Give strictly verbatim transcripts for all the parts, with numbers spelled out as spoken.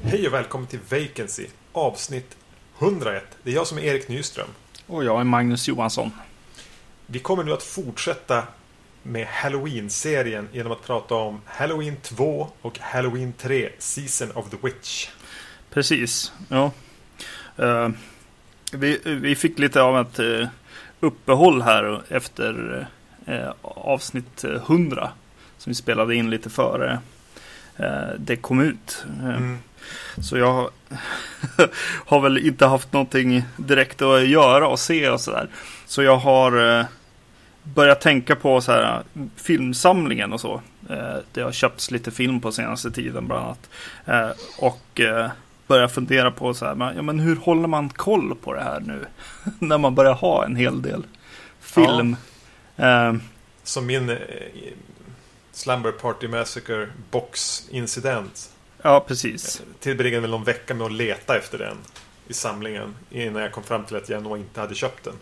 Hej och välkommen till Vacancy, avsnitt hundraett. Det är jag som är Erik Nyström. Och jag är Magnus Johansson. Vi kommer nu att fortsätta med Halloween-serien genom att prata om Halloween två och Halloween tre, Season of the Witch. Precis, ja. Uh, vi, vi fick lite av ett uh, uppehåll här efter uh, avsnitt hundra som vi spelade in lite före uh, det kom ut. Uh, mm. Så jag har väl inte haft någonting direkt att göra och se och sådär. Så jag har uh, börjat tänka på så här filmsamlingen och så. Uh, det har köpts lite film på senaste tiden bland annat. Uh, och uh, börja fundera på så här, men, ja, men hur håller man koll på det här nu när man börjar ha en hel del film. Ja. Uh, Som min eh, Slumber Party Massacre box incident. Ja, precis. Tillbringade väl någon vecka med att leta efter den i samlingen innan jag kom fram till att jag nog inte hade köpt den.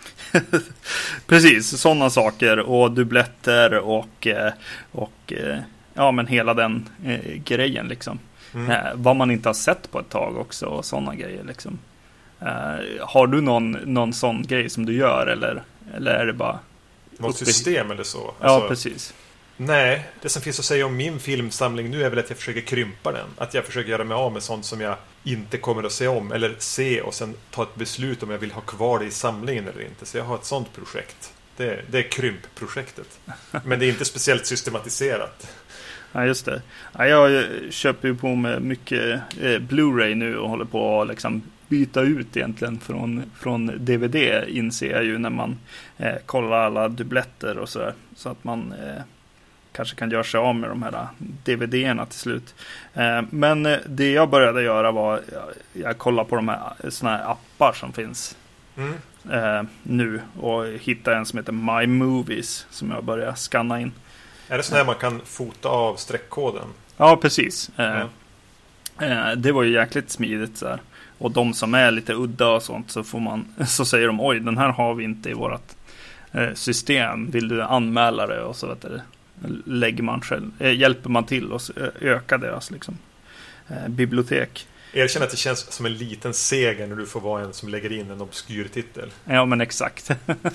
Precis, sådana saker och dubbletter och och ja, men hela den eh, grejen liksom. Mm. Eh, vad man inte har sett på ett tag också och sådana grejer liksom. Eh, har du någon, någon sån grej som du gör eller, eller är det bara något system eller så? Ja, alltså, precis. Nej, det som finns att säga om min filmsamling nu är väl att jag försöker krympa den. Att jag försöker göra mig av med sånt som jag inte kommer att se om eller se och sen ta ett beslut om jag vill ha kvar det i samlingen eller inte. Så jag har ett sånt projekt. Det, det är krympprojektet. Men det är inte speciellt systematiserat. Ja, just det. Ja, jag köper ju på med mycket eh, Blu-ray nu och håller på att liksom byta ut egentligen från, från D V D, inser jag ju när man eh, kollar alla dubbletter och sådär. Så att man eh, kanske kan göra sig av med de här D V D-erna till slut. Eh, men eh, det jag började göra var jag, jag kollade på de här såna här appar som finns mm. eh, nu och hittade en som heter My Movies som jag började scanna in. Är det så här man kan fota av streckkoden? Ja, precis. Eh, mm. eh, det var ju jäkligt smidigt så här. Och de som är lite udda och sånt så får man så säger de oj, den här har vi inte i vårat eh, system. Vill du anmäla det och så vet du, lägger man själv eh, hjälper man till och öka deras liksom eh, bibliotek. Erkänn att det känns som en liten seger när du får vara en som lägger in en obskyr titel. Ja, men exakt.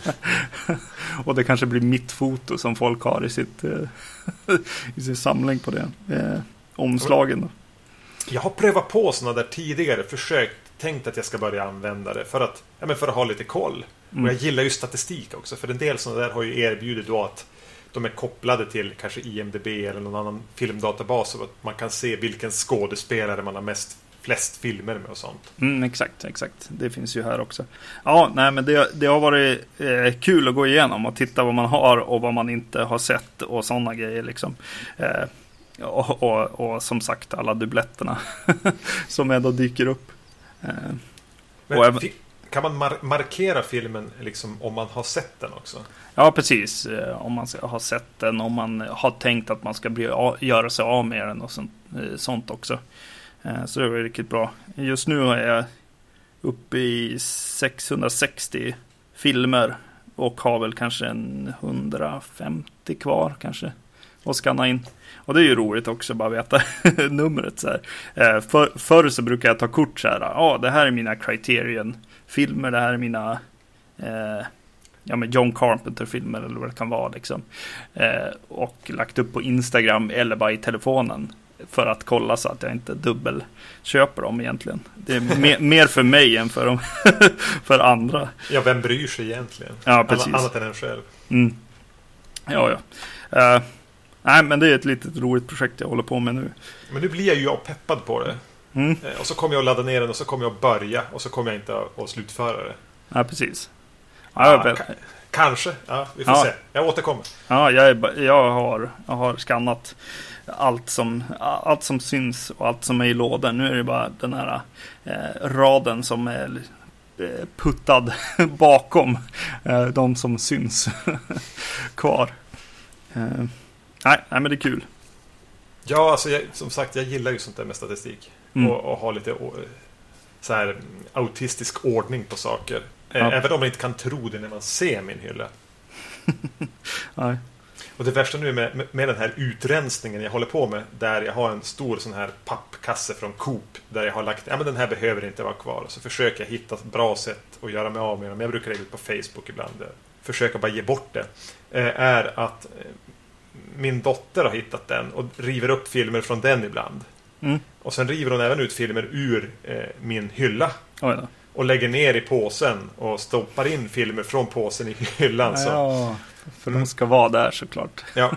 Och det kanske blir mitt foto som folk har i sitt eh, i sin samling på det eh, omslagen då. Jag har prövat på sådana där tidigare, försökt, tänkt att jag ska börja använda det för att, ja, men för att ha lite koll. Mm. Och jag gillar ju statistik också, för en del sådana där har ju erbjudit då att de är kopplade till kanske I M D B eller någon annan filmdatabas så att man kan se vilken skådespelare man har mest flest filmer med och sånt. Mm, exakt, exakt. Det finns ju här också. Ja, nej, men det, det har varit eh, kul att gå igenom och titta vad man har och vad man inte har sett och sådana grejer liksom. Eh, och, och, och som sagt alla dubbletterna som ändå dyker upp. Eh, men och även, kan man mar- markera filmen liksom om man har sett den också? Ja, precis. Eh, om man har sett den, om man har tänkt att man ska bli, göra sig av med den och sånt, eh, sånt också. Så det var riktigt bra. Just nu är jag uppe i sexhundrasextio filmer och har väl kanske en hundrafemtio kvar kanske att scanna in. Och det är ju roligt också bara veta numret så här. För, förr så brukar jag ta kort så här. Ja, det här är mina Criterion-filmer, det här är mina eh, ja, men John Carpenter-filmer eller vad det kan vara liksom. Eh, och lagt upp på Instagram eller bara i telefonen. För att kolla så att jag inte dubbelköper dem egentligen. Det är mer, mer för mig än för, dem, för andra. Ja, vem bryr sig egentligen? Ja, precis. Anna, annat än en själv. Mm. Ja, ja. Uh, nej, men det är ett litet roligt projekt jag håller på med nu. Men nu blir jag ju jag peppad på det. Mm. Uh, och så kommer jag att ladda ner den och så kommer jag att börja. Och så kommer jag inte att, att slutföra det. Ja, precis. Ja, ja, ka- kanske. Ja, vi får ja. se. Jag återkommer. Ja, jag, är, jag, har, jag har skannat allt som, allt som syns och allt som är i lådan. Nu är det bara den här eh, raden som är eh, puttad bakom eh, de som syns kvar. Eh, nej, nej, men det är kul. Ja, alltså jag, som sagt, jag gillar ju sånt där med statistik. Mm. Och, och ha lite å, så här autistisk ordning på saker. Eh, ja. Även om man inte kan tro det när man ser min hylla. Nej. Och det värsta nu är med, med, med den här utrensningen jag håller på med, där jag har en stor sån här pappkasse från Coop där jag har lagt, ja men den här behöver inte vara kvar. Så försöker jag hitta ett bra sätt att göra mig av med dem. Jag brukar lägga ut på Facebook ibland. Försöka bara ge bort det. Är att min dotter har hittat den och river upp filmer från den ibland. Mm. Och sen river hon även ut filmer ur eh, min hylla. Oj då. Och lägger ner i påsen och stoppar in filmer från påsen i hyllan. Så. Ja, för de ska vara där såklart. Ja.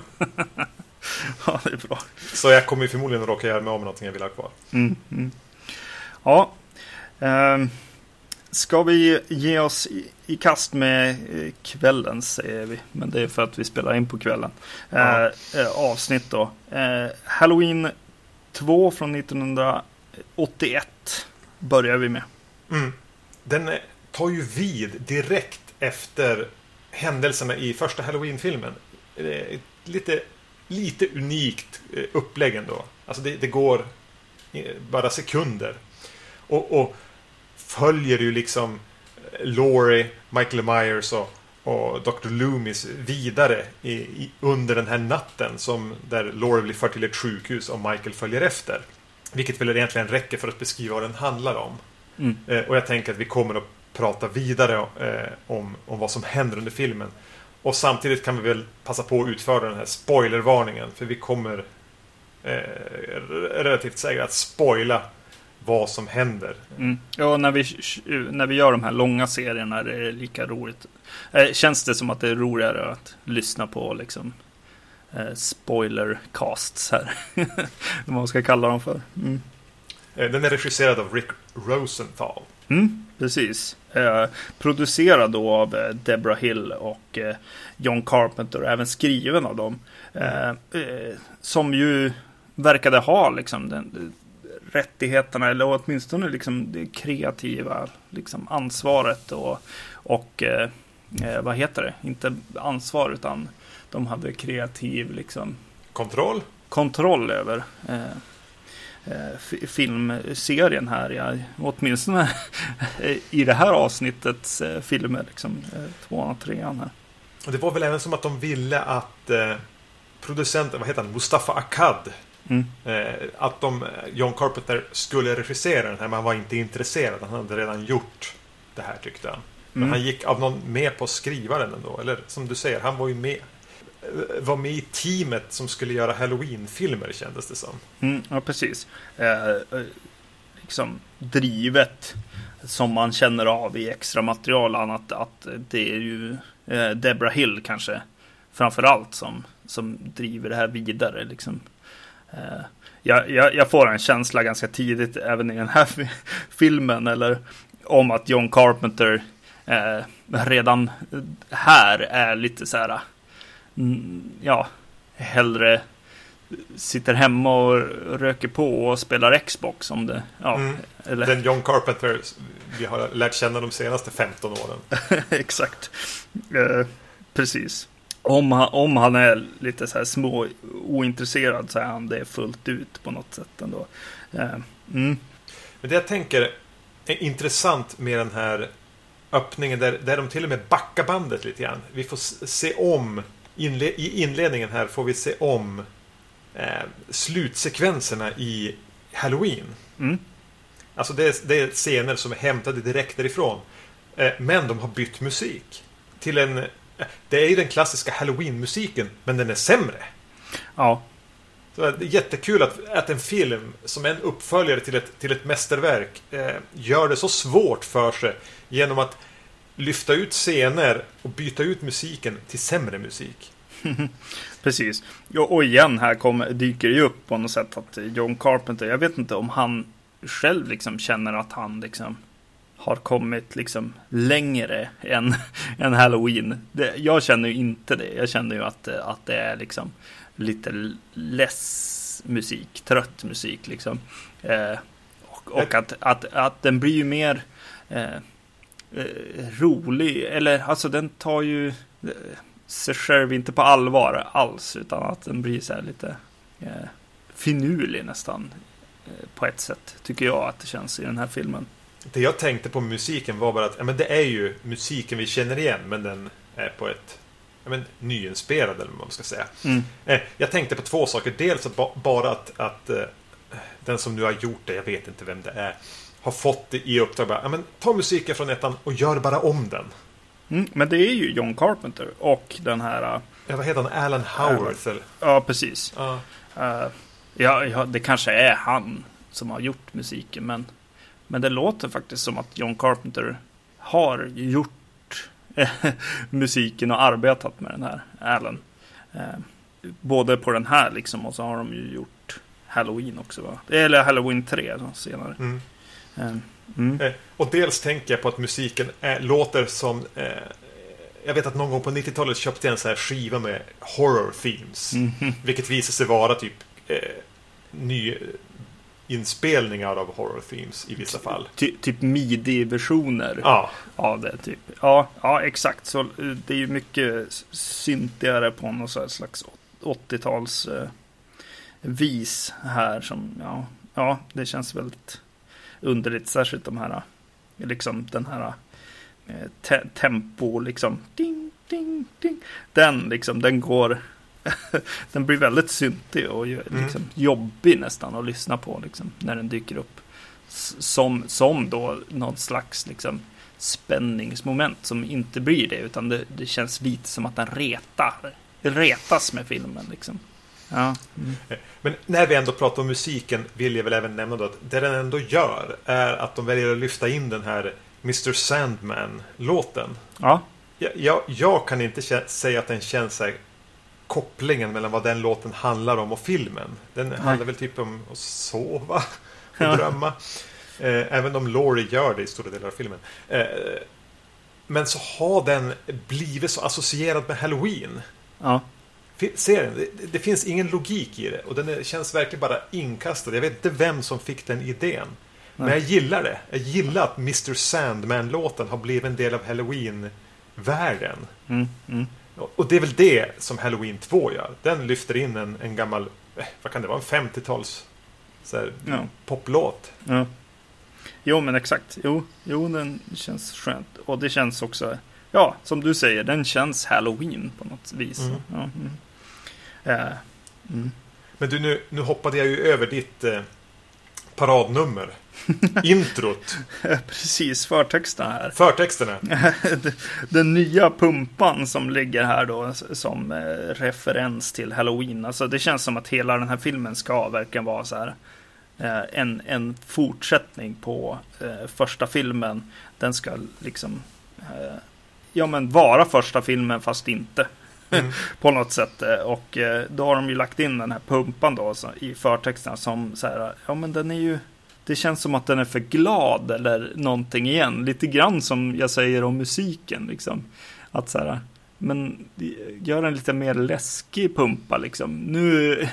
Ja, det är bra. Så jag kommer förmodligen att råka göra mig av med någonting jag vill ha kvar. Mm, mm. Ja. Um, ska vi ge oss i, i kast med kvällen, säger vi. Men det är för att vi spelar in på kvällen. Ja. Uh, avsnitt då. Uh, Halloween två från nittonhundraåttioett börjar vi med. Mm. Den tar ju vid direkt efter händelserna i första Halloween-filmen. Lite, lite unikt upplägg ändå. Alltså det, det går bara sekunder. Och, och följer ju liksom Laurie, Michael Myers och, och doktor Loomis vidare i, i, under den här natten som där Laurie blir förd till ett sjukhus och Michael följer efter. Vilket väl egentligen räcker för att beskriva vad den handlar om. Mm. Eh, och jag tänker att vi kommer att prata vidare eh, om, om vad som händer under filmen. Och samtidigt kan vi väl passa på att utföra den här spoilervarningen. För vi kommer eh, relativt säkert att spoila vad som händer. Mm. Ja, när vi, när vi gör de här långa serierna är det lika roligt. Eh, känns det som att det är roligare att lyssna på liksom eh, spoilercasts här. Vad man ska kalla dem för. Mm. Den är regisserad av Rick Rosenthal. Mm, precis. Eh, producerad då av eh, Deborah Hill och eh, John Carpenter, och även skriven av dem. Eh, eh, som ju verkade ha liksom den, rättigheterna, eller åtminstone liksom det kreativa liksom ansvaret och, och eh, vad heter det? Inte ansvar, utan de hade kreativ liksom kontroll. Kontroll över eh, F- filmserien här, ja, åtminstone i det här avsnittets eh, filmer liksom, eh, tvåan och trean här. Och det var väl även som att de ville att eh, producenten, vad heter han, Mustafa Akkad, mm. eh, att de, John Carpenter skulle regissera den här, men han var inte intresserad, han hade redan gjort det här, tyckte han. Men mm. han gick av någon med på att skriva den ändå, eller som du säger, han var ju med var med i teamet som skulle göra Halloween-filmer, kändes det som. Mm, ja, precis. Eh, liksom drivet som man känner av i extra material, annat att det är ju eh, Deborah Hill kanske framförallt som, som driver det här vidare. Liksom. Eh, jag, jag, jag får en känsla ganska tidigt även i den här filmen, eller om att John Carpenter eh, redan här är lite så här, ja, hellre sitter hemma och röker på och spelar Xbox om det. Ja, mm. eller... Den John Carpenter vi har lärt känna de senaste femton åren. Exakt. Eh, precis. Om han, om han är lite så här små ointresserad, så är han det fullt ut på något sätt ändå. Eh, mm. Men det jag tänker är intressant med den här öppningen där, där de till och med backar bandet lite grann. Vi får se om Inle- i inledningen här får vi se om eh, slutsekvenserna i Halloween. Mm. Alltså det är, det är scener som är hämtade direkt därifrån. Eh, men de har bytt musik till en... Eh, det är ju den klassiska Halloween-musiken, men den är sämre. Ja. Så det är jättekul att, att en film som är en uppföljare till ett, till ett mästerverk eh, gör det så svårt för sig genom att lyfta ut scener och byta ut musiken till sämre musik. Precis. Och igen här kommer, dyker det ju upp på något sätt att John Carpenter, jag vet inte om han själv liksom känner att han liksom har kommit liksom längre än, än Halloween. Det, jag känner ju inte det. Jag känner ju att, att det är liksom lite less musik, trött musik liksom. Eh, och och att, att, att den blir ju mer eh, rolig, eller alltså den tar ju sig själv inte på allvar alls, utan att den blir så här lite eh, finurlig nästan eh, på ett sätt, tycker jag att det känns i den här filmen. Det jag tänkte på musiken var bara att ja, men det är ju musiken vi känner igen, men den är på ett ja, men, nyinspelad eller vad man ska säga. Mm. Eh, jag tänkte på två saker. Dels att ba, bara att, att eh, den som nu har gjort det, jag vet inte vem det är, har fått det i uppdrag. Bara, ja, men, ta musiken från ettan och gör bara om den. Mm, men det är ju John Carpenter och den här... Ja, vad heter han? Alan Howarth? Eller? Ja, precis. Ja. Uh, ja, ja, det kanske är han som har gjort musiken, men, men det låter faktiskt som att John Carpenter har gjort musiken och arbetat med den här Alan. Uh, både på den här liksom, och så har de ju gjort Halloween också, va? Eller Halloween tre då, senare. Mm. Uh, mm. Eh, och dels tänker jag på att musiken är, låter som... Eh, jag vet att någon gång på nittiotalet köpte jag en så här skiva med horror themes. Mm-hmm. Vilket visar sig vara typ eh, ny inspelningar av horror themes i vissa fall. Ty, typ midi-versioner ja. av det typ. Ja, ja, exakt. Så det är ju mycket syntigare på något så här slags åttio-tals eh, vis här som, ja, ja, det känns väldigt underligt, särskilt de här liksom den här Te- tempo liksom ding, ding, ding. Den liksom, den går den blir väldigt syntig och liksom mm. jobbig nästan att lyssna på liksom, när den dyker upp som, som då någon slags liksom spänningsmoment som inte blir det, utan det, det känns lite som att den retar retas med filmen liksom. Ja. Mm. Men när vi ändå pratar om musiken vill jag väl även nämna då att det den ändå gör är att de väljer att lyfta in den här mister Sandman-låten. Ja. Jag, jag, jag kan inte kä- säga att den känns här, kopplingen mellan vad den låten handlar om och filmen. Den Nej. handlar väl typ om att sova och ja. drömma. Eh, även om Laurie gör det i stora delar av filmen. Eh, men så har den blivit så associerad med Halloween. Ja. Serien, det, det finns ingen logik i det. Och den är, känns verkligen bara inkastad. Jag vet inte vem som fick den idén. Men jag gillar det. Jag gillar att mister Sandman-låten har blivit en del av Halloween-världen. Mm, mm. Och det är väl det som Halloween två gör. Den lyfter in en, en gammal, vad kan det vara, en femtio-tals så här, ja. poplåt. Ja. Jo, men exakt. Jo, jo, den känns skönt. Och det känns också, ja, som du säger, den känns Halloween på något vis. Mm. Ja, mm. Äh, mm. Men du, nu, nu hoppade jag ju över ditt... Eh, paradnummer. Introt. Precis, förtexterna här. Förtexterna. Den nya pumpan som ligger här då som eh, referens till Halloween. Alltså det känns som att hela den här filmen ska verkligen vara så här eh, en, en fortsättning på eh, första filmen. Den ska liksom eh, ja men vara första filmen fast inte. Mm. På något sätt, och då har de ju lagt in den här pumpan då så, i förtexterna som så här, ja men den är ju, det känns som att den är för glad eller någonting igen, lite grann som jag säger om musiken liksom, att så här, men gör en lite mer läskig pumpa liksom. Nu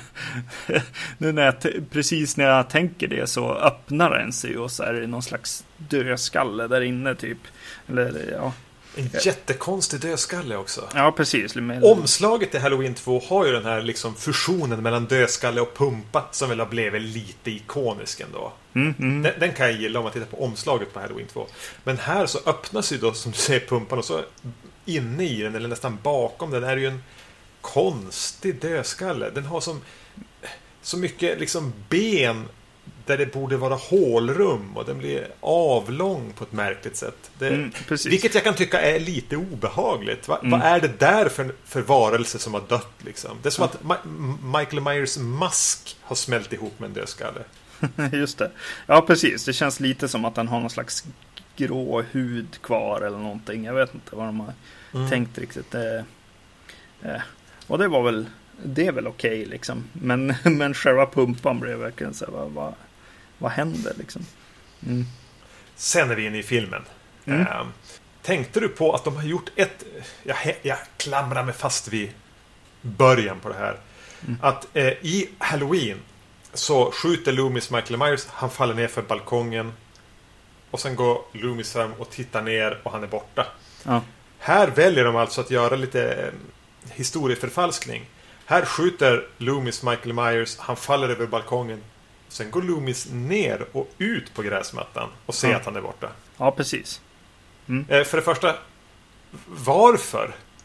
nu när jag t- precis när jag tänker det så öppnar den sig och så är det någon slags dödskalle där inne typ, eller ja. En jättekonstig dödskalle också. Ja, precis. Omslaget till Halloween två har ju den här liksom fusionen mellan dödskalle och pumpa som väl har blivit lite ikonisk ändå. Mm, mm. Den, den kan jag gilla om man tittar på omslaget på Halloween två. Men här så öppnas ju då, som du säger, pumpan och så inne i den, eller nästan bakom den, är det ju en konstig dödskalle. Den har som så mycket liksom ben där det borde vara hålrum och den blir avlång på ett märkligt sätt. Det, mm, vilket jag kan tycka är lite obehagligt. Va, mm. Vad är det där för, för varelse som har dött liksom? Det är som mm. att Ma- Michael Myers mask har smält ihop med en dödskalle. Just det. Ja, precis. Det känns lite som att den har någon slags grå hud kvar eller någonting. Jag vet inte vad de har mm. tänkt riktigt. Eh, eh. Och det var väl det är väl okej okay, liksom. Men, men själva pumpan blev verkligen så här, vad, vad, vad händer liksom? Mm. Sen är vi inne i filmen. Mm. Eh, tänkte du på att de har gjort ett... Jag, jag klamrar mig fast vid början på det här. Mm. Att eh, i Halloween så skjuter Loomis Michael Myers. Han faller ner för balkongen. Och sen går Loomis fram och tittar ner och han är borta. Ja. Här väljer de alltså att göra lite eh, historieförfalskning. Här skjuter Loomis Michael Myers. Han faller över balkongen. Sen går Loomis ner och ut på gräsmattan och ser ja. att han är borta. Ja, precis. Mm. Eh, för det första, varför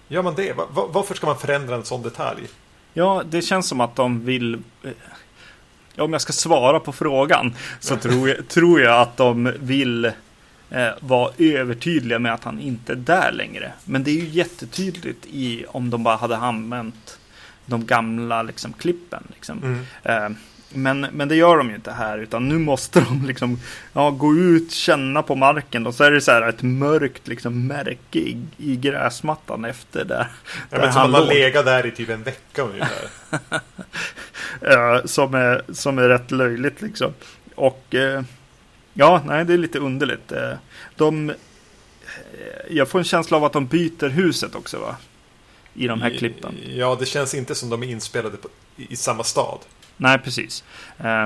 Gör man det? Var, varför ska man förändra en sån detalj? Ja, det känns som att de vill... Ja, om jag ska svara på frågan så tror jag, tror jag att de vill eh, vara övertydliga med att han inte är där längre. Men det är ju jättetydligt i om de bara hade använt de gamla liksom, klippen. Liksom. Mm. Eh, men, men det gör de ju inte här, utan nu måste de liksom, ja, gå ut, känna på marken. Och så är det så här ett mörkt liksom, märke i, i gräsmattan efter där. Ja, men som han har legat där i typ en vecka ungefär. uh, som, är, som är rätt löjligt liksom. Och uh, ja, nej, det är lite underligt. Uh, de, uh, jag får en känsla av att de byter huset också, va? I de här klippen. Ja, det känns inte som de är inspelade på, i, i samma stad. Nej, precis. Uh,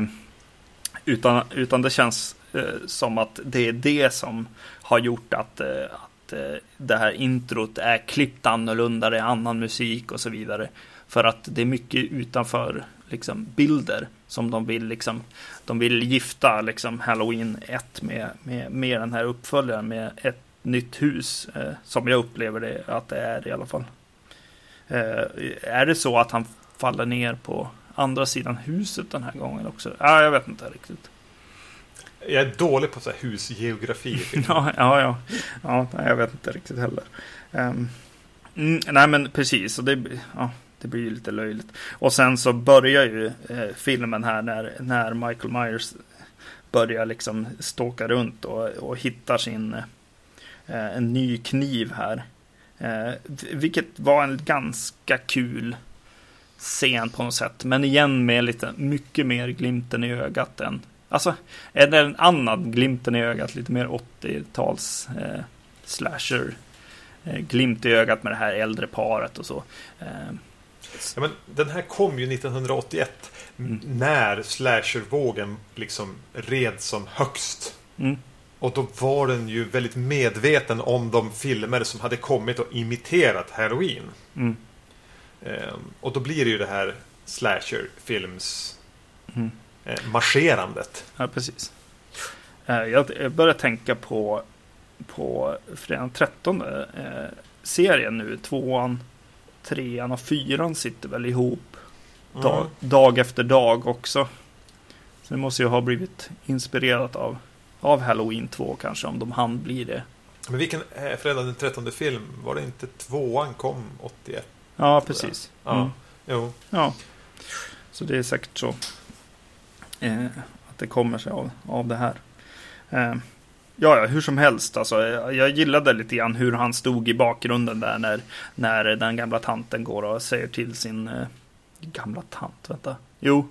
utan, utan det känns uh, som att det är det som har gjort att, uh, att uh, det här introt är klippt annorlunda, det är annan musik och så vidare. För att det är mycket utanför liksom, bilder som de vill liksom, de vill gifta liksom, Halloween ett med, med, med den här uppföljaren, med ett nytt hus, uh, som jag upplever det att det är i alla fall. Uh, är det så att han faller ner på andra sidan huset den här gången också? Ja, jag vet inte riktigt. Jag är dålig på så här husgeografi. ja, ja, ja. ja nej, jag vet inte riktigt heller. Um, mm, nej, men precis. Och det, ja, det blir ju lite löjligt. Och sen så börjar ju eh, filmen här när, när Michael Myers börjar liksom ståka runt och, och hittar sin eh, en ny kniv här. Eh, vilket var en ganska kul scen på något sätt. Men igen med lite mycket mer glimten i ögat än... Alltså, är det en annan glimten i ögat? Lite mer åttio-tals eh, slasher. Eh, glimt i ögat med det här äldre paret och så. Eh, ja, men den här kom ju nittonhundraåttioett. Mm. När slashervågen liksom red som högst. Mm. Och då var den ju väldigt medveten om de filmer som hade kommit och imiterat Halloween. Mm. Um, och då blir det ju det här slasherfilms mm. eh, marscherandet. Ja, precis. Eh, jag, jag börjar tänka på på fredag trettonde eh, serien nu. Tvåan, trean och fyran sitter väl ihop dag, mm. dag efter dag också. Så det måste ju ha blivit inspirerat av av Halloween två kanske, om de hann bli det. Men vilken eh, fredag den trettonde film? Var det inte tvåan kom åttioett? Ja, precis. Ja, mm. jo. Ja. Så det är säkert så eh, att det kommer sig av, av det här. Eh, ja, ja, hur som helst. Alltså, jag, jag gillade lite grann hur han stod i bakgrunden där när, när den gamla tanten går och säger till sin eh, gamla tant, vänta. Jo.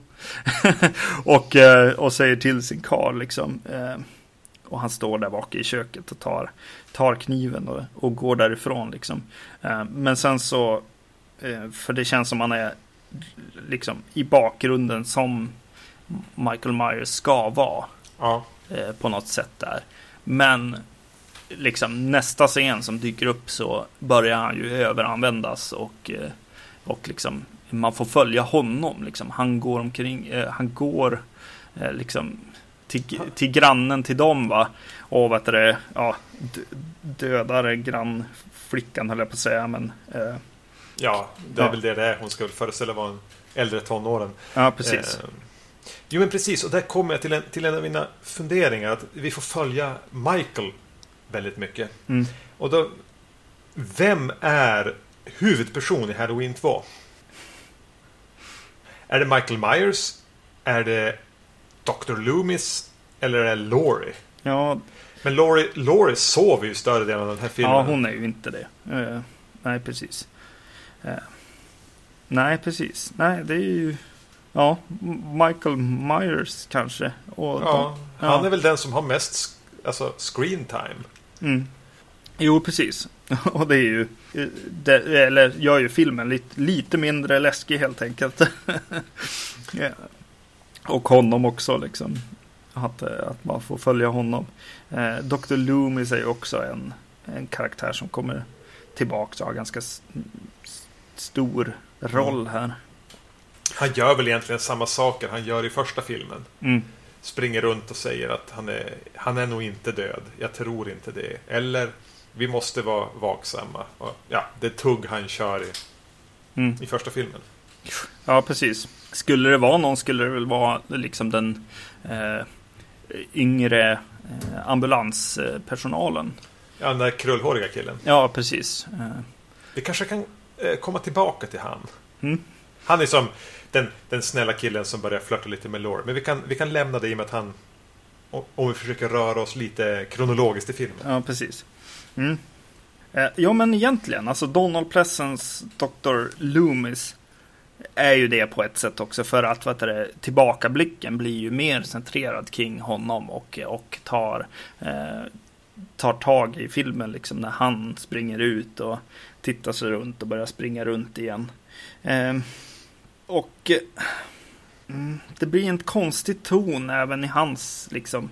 och, eh, och säger till sin karl liksom. Eh, och han står där bak i köket och tar, tar kniven och, och går därifrån liksom. Eh, men sen så för det känns som han är liksom i bakgrunden som Michael Myers ska vara. Ja. eh, på något sätt där. Men liksom nästa scen som dyker upp så börjar han ju överanvändas och, eh, och liksom man får följa honom liksom. Han går omkring eh, han går eh, liksom till, till grannen till dem, va, och vad heter det, ja, dödar grannflickan höll jag på att säga, men eh, ja, det är ja. väl det det är. Hon ska väl föreställa vara en äldre tonåren. Ja, precis. Eh, jo, men precis. Och där kommer jag till en, till en av mina funderingar. Att vi får följa Michael väldigt mycket. Mm. Och då, vem är huvudperson i Halloween två? Är det Michael Myers? Är det doktor Loomis? Eller är det Laurie? Ja. Men Laurie, Laurie sover ju större delen av den här filmen. Ja, hon är ju inte det. Uh, nej, precis. Uh, nej, precis. Nej, det är ju... Ja, Michael Myers kanske. Och ja, de, han ja. är väl den som har mest alltså, screen time. Mm. Jo, precis. Och det är ju... Det, eller gör ju filmen lite, lite mindre läskig helt enkelt. yeah. Och honom också liksom. Att, att man får följa honom. Eh, doktor Loomis är ju också en, en karaktär som kommer tillbaka och har ganska s- stor roll här. Han gör väl egentligen samma saker han gör i första filmen. Mm. Springer runt och säger att han är, han är nog inte död. Jag tror inte det. Eller vi måste vara vaksamma. Och, ja, det tugg han kör i, mm. i första filmen. Ja, precis. Skulle det vara någon skulle det väl vara liksom den eh, yngre eh, ambulanspersonalen. Ja, den där krullhåriga killen. Ja, precis. Eh. Vi kanske kan eh, komma tillbaka till han. Mm. Han är som den, den snälla killen som börjar flirta lite med Laurie. Men vi kan, vi kan lämna det i och med att han, om vi försöker röra oss lite kronologiskt i filmen. Ja, precis. Mm. Eh, ja, men egentligen, alltså Donald Pleasence doktor Loomis är ju det på ett sätt också, för att vad det, tillbakablicken blir ju mer centrerad kring honom och, och tar, eh, tar tag i filmen liksom när han springer ut och tittar sig runt och börjar springa runt igen. Eh, och eh, det blir en konstig ton även i hans liksom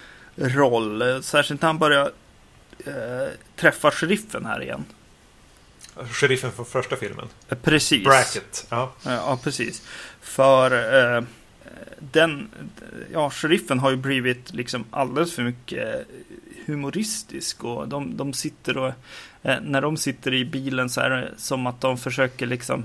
roll, särskilt när han börjar eh, träffa sheriffen här igen. Sheriffen från första filmen. Precis. Brackett. Ja, ja precis. För eh, den, ja, sheriffen har ju blivit liksom alldeles för mycket humoristisk, och de, de sitter och eh, när de sitter i bilen så är det som att de försöker liksom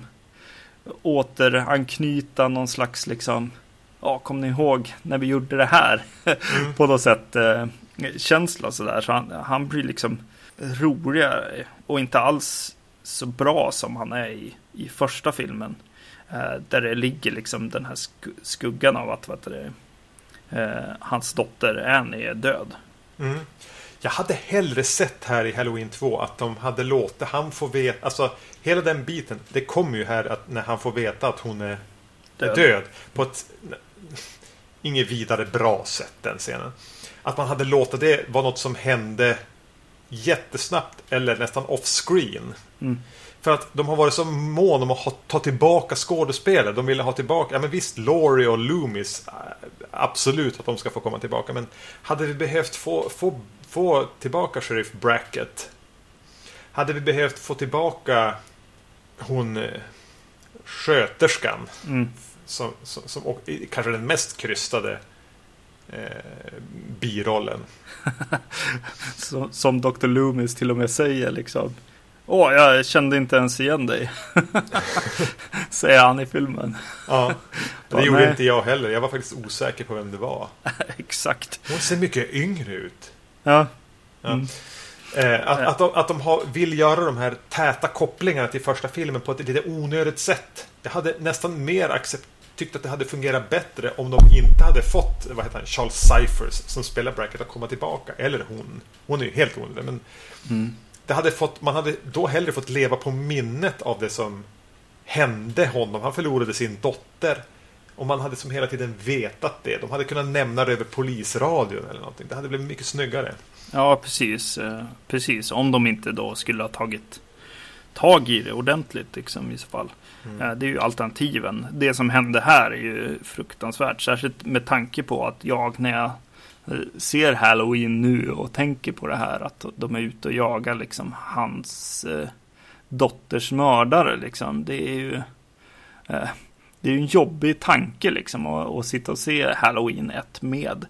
återanknyta någon slags liksom, ja, kom ni ihåg när vi gjorde det här? Mm. På något sätt eh, känsla sådär. Så han, han blir liksom roligare och inte alls så bra som han är i, i första filmen. Eh, där det ligger liksom den här sk- skuggan av att vad det, eh, hans dotter Annie är död. Mm. Jag hade hellre sett här i Halloween två att de hade låtit han få veta, alltså hela den biten, det kommer ju här att när han får veta att hon är död, död på ett inget vidare bra sätt, den scenen. Att man hade låtit det vara något som hände jättesnabbt eller nästan off-screen. Mm. För att de har varit så mån om att ha, ta tillbaka skådespelare. De ville ha tillbaka, ja men visst, Laurie och Loomis, absolut att de ska få komma tillbaka. Men hade vi behövt få, få, få tillbaka Sheriff Brackett? Hade vi behövt få tillbaka hon sköterskan? Mm. Som, som, som och, kanske den mest krystade eh, birollen. som, som doktor Loomis till och med säger liksom, åh, jag kände inte ens igen dig. Säger han i filmen. Ja, det gjorde nej. Inte jag heller. Jag var faktiskt osäker på vem det var. Exakt. Hon ser mycket yngre ut. Ja. Ja. Mm. Eh, att, att de, att de har, vill göra de här täta kopplingarna till första filmen på ett lite onödigt sätt. Jag hade nästan mer accept, tyckt att det hade fungerat bättre om de inte hade fått, vad heter han, Charles Cyphers som spelar Brackett att komma tillbaka. Eller hon. Hon är ju helt onödig, men mm. det hade fått, man hade då hellre fått leva på minnet av det som hände honom. Han förlorade sin dotter. Och man hade som hela tiden vetat det. De hade kunnat nämna det över polisradion eller någonting. Det hade blivit mycket snyggare. Ja, precis. Precis. Om de inte då skulle ha tagit tag i det ordentligt liksom, i så fall. Mm. Det är ju alternativen. Det som hände här är ju fruktansvärt. Särskilt med tanke på att jag när jag ser Halloween nu och tänker på det här att de är ute och jagar liksom hans eh, dotters mördare liksom. Det är ju eh, det är ju en jobbig tanke liksom att, att sitta och se Halloween ett med.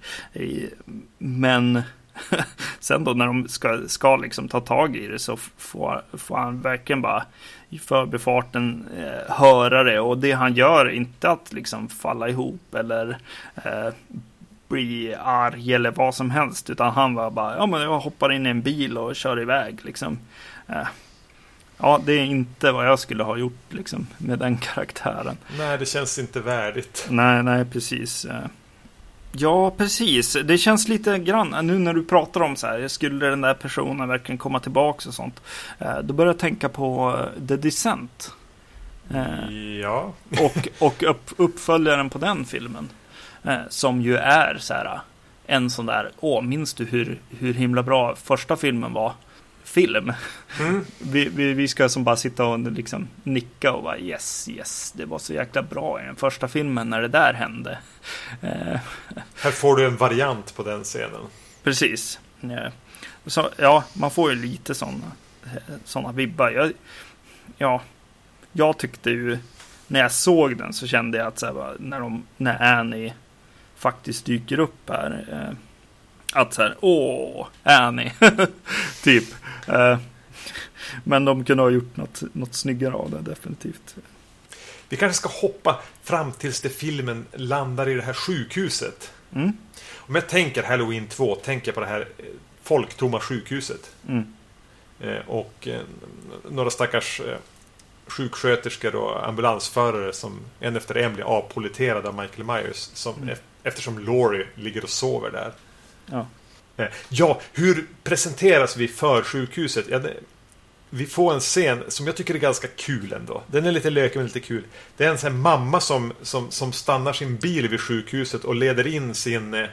Men sen då när de ska, ska liksom ta tag i det så får, får han verkligen bara i förbifarten eh, höra det, och det han gör är inte att liksom falla ihop eller eh, bli arg eller vad som helst, utan han var bara, ja men jag hoppar in i en bil och kör iväg liksom. Eh, ja, det är inte vad jag skulle ha gjort liksom med den karaktären. Nej, det känns inte värdigt. Nej, nej, precis. Eh, ja, precis. Det känns lite grann, nu när du pratar om så här, skulle den där personen verkligen komma tillbaka och sånt, eh, då börjar jag tänka på The Descent. Eh, ja. och och upp, uppföljaren på den filmen. Eh, som ju är så här en sån där, åh, minns du hur, hur himla bra första filmen var? Film. Mm. vi, vi, vi ska som bara sitta och liksom nicka och bara yes, yes, det var så jäkla bra i den första filmen när det där hände. Eh. Här får du en variant på den scenen. Precis. Ja, så, ja, man får ju lite sådana såna vibbar. Jag, ja, jag tyckte ju när jag såg den så kände jag att så här, när, de, när Annie faktiskt dyker upp här, eh, Att så här, åh, Annie. typ. Uh, men de kunde ha gjort något, något snyggare av det, definitivt. Vi kanske ska hoppa fram tills det filmen landar i det här sjukhuset. Mm. Om jag tänker Halloween två, tänker på det här folktomma sjukhuset. Mm. Eh, och eh, några stackars eh, sjuksköterskor och ambulansförare som en efter en blir avpoliterade av Michael Myers som, Mm. e- eftersom Laurie ligger och sover där. Ja. Eh, ja, hur presenteras vi för sjukhuset? Ja, det, vi får en scen som jag tycker är ganska kul ändå. Den är lite lökig men lite kul. Det är en sån här mamma som, som, som stannar sin bil vid sjukhuset och leder in sin eh,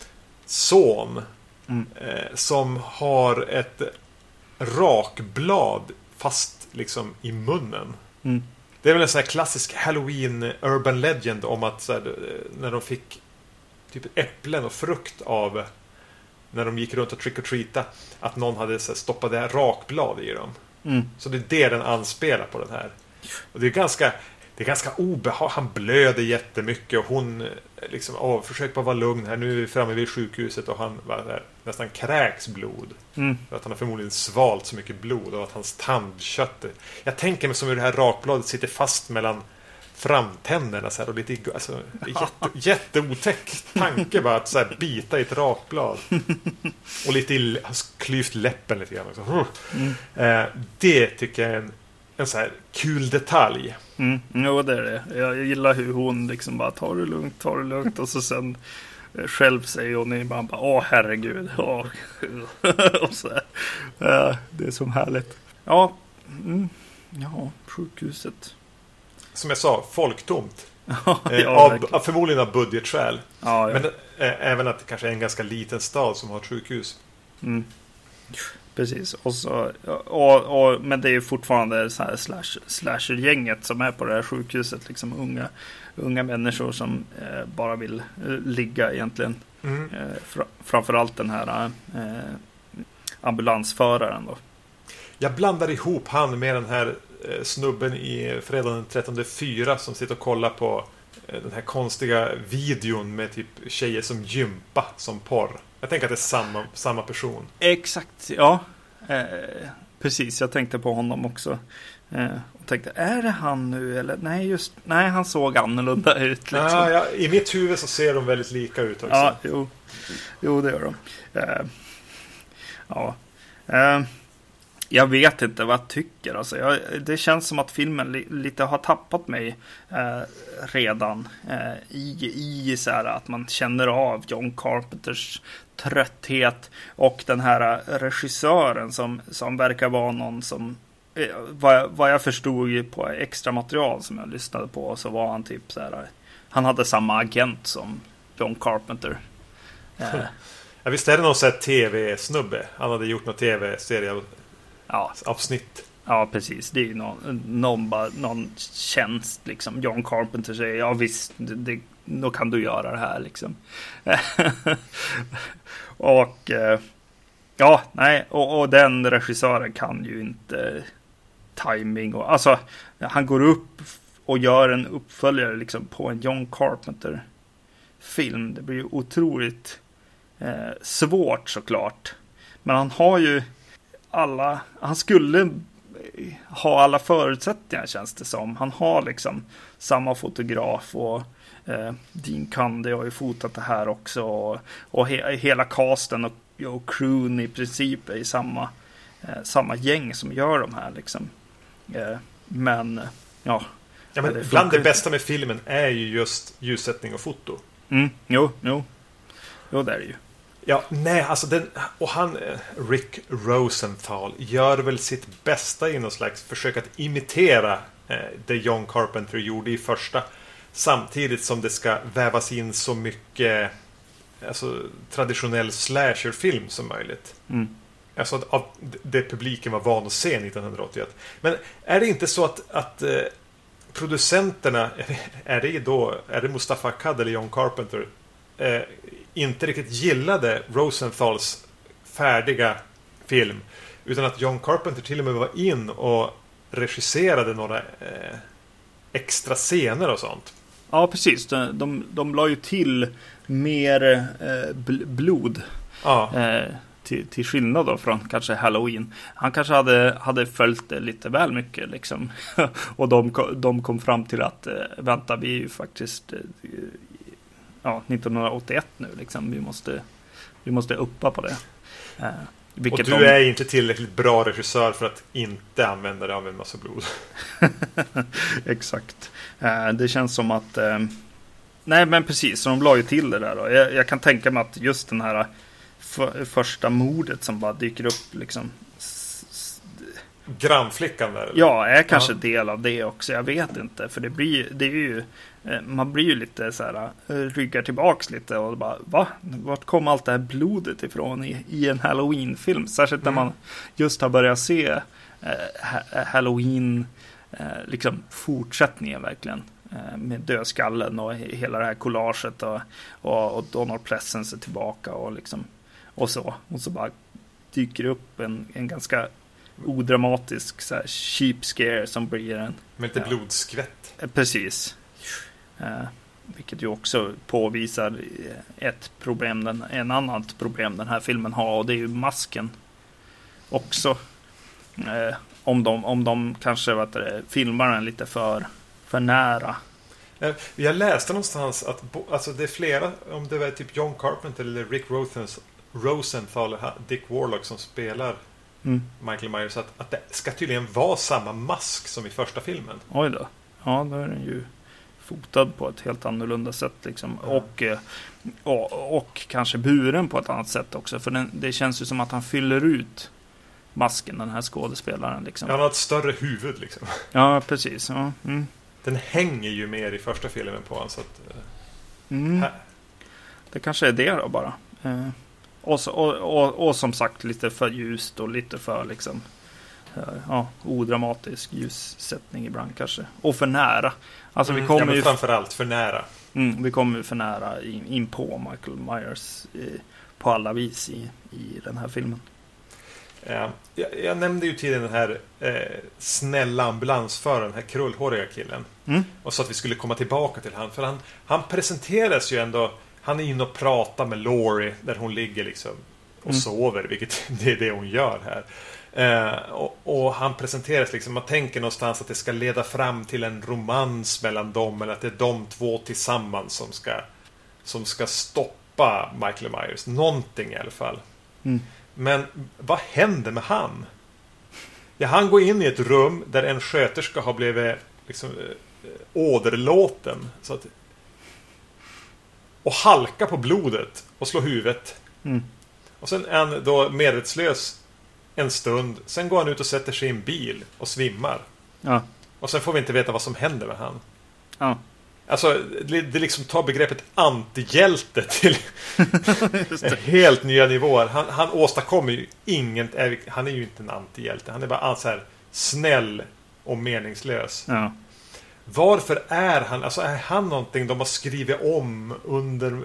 son Mm. eh, som har ett rakblad fast liksom i munnen. Mm. Det är väl en sån här klassisk Halloween urban legend om att så här, när de fick typ äpplen och frukt av när de gick runt och trick-or-treata att någon hade så här, stoppat det här rakblad i dem. Mm. Så det är det den anspelar på den här. Och det är ganska det är ganska obehag. Han blöder jättemycket och hon liksom, åh, försök bara vara lugn här. Nu är vi framme vid sjukhuset och han var där, nästan kräks blod. Mm. För att han har förmodligen svalt så mycket blod och att hans tandkött. Jag tänker mig som hur det här rakbladet sitter fast mellan framtänderna så här, och lite, alltså, jätte, jätteotäck tanke bara att så här, bita i ett rakblad. Och lite i, har klyvt läppen lite grann också. Mm. Eh, det tycker jag är en, en så här kul detalj. Mm. Jo, det är det. Jag gillar hur hon liksom bara tar det lugnt, tar det lugnt och så sen eh, själv säger hon i bara, åh herregud. Åh. och så här. Eh, det är så härligt. Ja, mm. ja, sjukhuset. Som jag sa, folktomt. ja, eh, av, av, förmodligen av budgetskäl. Ja, ja. Men eh, även att det kanske är en ganska liten stad som har ett sjukhus. Mm. Precis. Och så, och, och, men det är ju fortfarande så här slash, slasher-gänget som är på det här sjukhuset. Liksom unga, unga människor som eh, bara vill eh, ligga egentligen. Mm. Eh, fra, framförallt den här eh, ambulansföraren då. Jag blandar ihop han med den här eh, snubben i fredagen den trettonde fyra som sitter och kollar på eh, den här konstiga videon med typ tjejer som gympa som porr. Jag tänker att det är samma, samma person. Exakt, ja. Eh, precis, jag tänkte på honom också. Eh, och tänkte, är det han nu? Eller nej, just, nej, han såg annorlunda ut. Liksom. Ja, ja, i mitt huvud så ser de väldigt lika ut också. Ja, jo, jo det gör de. Eh, ja. Eh, jag vet inte vad jag tycker. Alltså, jag, det känns som att filmen li, lite har tappat mig eh, redan. Eh, I i så här, att man känner av John Carpenters trötthet. Och den här regissören som, som verkar vara någon som... Eh, vad, vad jag förstod på extra material som jag lyssnade på, så var han typ så här... Han hade samma agent som John Carpenter. Eh, Ja, visst är det någon sån här tv-snubbe. Han hade gjort någon tv-serie ja. avsnitt. Ja, precis. Det är ju någon, någon, bara, någon tjänst liksom. John Carpenter säger, ja visst, det, det, då kan du göra det här liksom. och ja, nej, och, och den regissören kan ju inte timing och alltså, han går upp och gör en uppföljare liksom på en John Carpenter film. Det blir ju otroligt eh, svårt såklart. Men han har ju alla, han skulle ha alla förutsättningar känns det som. Han har liksom samma fotograf och eh, Dean Cundy har ju fotat det här också och, och he, hela casten och, och crewn i princip är i samma, eh, samma gäng som gör de här liksom. Eh, men ja. Ja, men det bland det bästa med filmen är ju just ljussättning och foto. Mm, jo, jo. Jo, det är det ju. Ja, nej, alltså den, och han, Rick Rosenthal, gör väl sitt bästa i någon slags försök att imitera eh, det John Carpenter gjorde i första, samtidigt som det ska vävas in så mycket alltså, traditionell slasherfilm som möjligt. Mm. Alltså av det publiken var van att se nittonhundraåttioett. Men är det inte så att, att eh, producenterna, är det då, är det Mustafa Akkad eller John Carpenter, eh, inte riktigt gillade Rosenthals färdiga film, utan att John Carpenter till och med var in och regisserade några eh, extra scener och sånt. Ja, precis. De, de, de la ju till mer eh, bl- blod Ja. Eh, till, till skillnad då från kanske Halloween. Han kanske hade, hade följt det lite väl mycket liksom. Och de, de kom fram till att eh, vänta, vi är ju faktiskt eh, ja, nittonhundraåttioett nu liksom. Vi måste, vi måste uppa på det. Eh, och du de... är inte tillräckligt bra regissör för att inte använda det av en massa blod. Exakt. Eh, det känns som att eh, nej men precis, så de la ju till det där då. Jag, jag kan tänka mig att just den här för, första mordet som bara dyker upp liksom. Grannflickan där? Eller? Ja, är kanske ja. del av det också. Jag vet inte. För det blir, det är ju, man blir ju lite så här, ryggar tillbaks lite och bara, va? Vart kom allt det här blodet ifrån i, i en Halloween-film? Särskilt mm. när man just har börjat se eh, Halloween, eh, liksom fortsättningen verkligen. Eh, med dödskallen och hela det här collaget och, och, och Donald Pleasence är tillbaka och liksom, och så. Och så bara dyker upp en, en ganska odramatisk så här cheap scare som blir en med lite ja, blodskvätt. Precis. Eh, vilket ju också påvisar ett problem, den, en annat problem den här filmen har, och det är ju masken också. Eh, om, de, om de kanske vet du, filmar den lite för, för nära. Jag läste någonstans att alltså det är flera, om det var typ John Carpenter eller Rick Rosenthal eller Dick Warlock som spelar Mm. Michael Myers, att, att det ska tydligen vara samma mask som i första filmen. Oj då. Ja, då är den ju fotad på ett helt annorlunda sätt liksom. Mm. och, och, och kanske buren på ett annat sätt också. För den, det känns ju som att han fyller ut masken, den här skådespelaren liksom. Han har ett större huvud liksom. Ja, precis. Ja. Mm. Den hänger ju mer i första filmen på honom, så att, mm. det kanske är det då bara. Eh. Och, så, och, och, och som sagt lite för ljust och lite för liksom ja, odramatisk ljussättning ibland kanske. Och för nära. Alltså mm, vi kommer ja, men ju framförallt för nära. Mm, vi kommer ju för nära in, in på Michael Myers i, på alla vis i, i den här filmen. Ja, jag, jag nämnde ju tidigare den här eh, snälla ambulansföraren, den här krullhåriga killen. Mm. Och så att vi skulle komma tillbaka till han. För han, han presenteras ju ändå. Han är inne och pratar med Laurie där hon ligger liksom och mm. sover, vilket det är det hon gör här. Eh, och, och han presenteras liksom, man tänker någonstans att det ska leda fram till en romans mellan dem, eller att det är de två tillsammans som ska, som ska stoppa Michael Myers. Någonting i alla fall. Mm. Men vad händer med han? Ja, han går in i ett rum där en sköterska har blivit liksom åderlåten så att och halka på blodet och slå huvudet. Mm. Och sen är han då medvetslös en stund. Sen går han ut och sätter sig i en bil och svimmar. Ja. Och sen får vi inte veta vad som händer med han. Ja. Alltså, det, det liksom tar begreppet antihjälte till helt nya nivåer. Han, han åstadkommer ju inget. Han är ju inte en antihjälte. Han är bara så här snäll och meningslös. Ja. Varför är han, alltså är han någonting de har skrivit om under,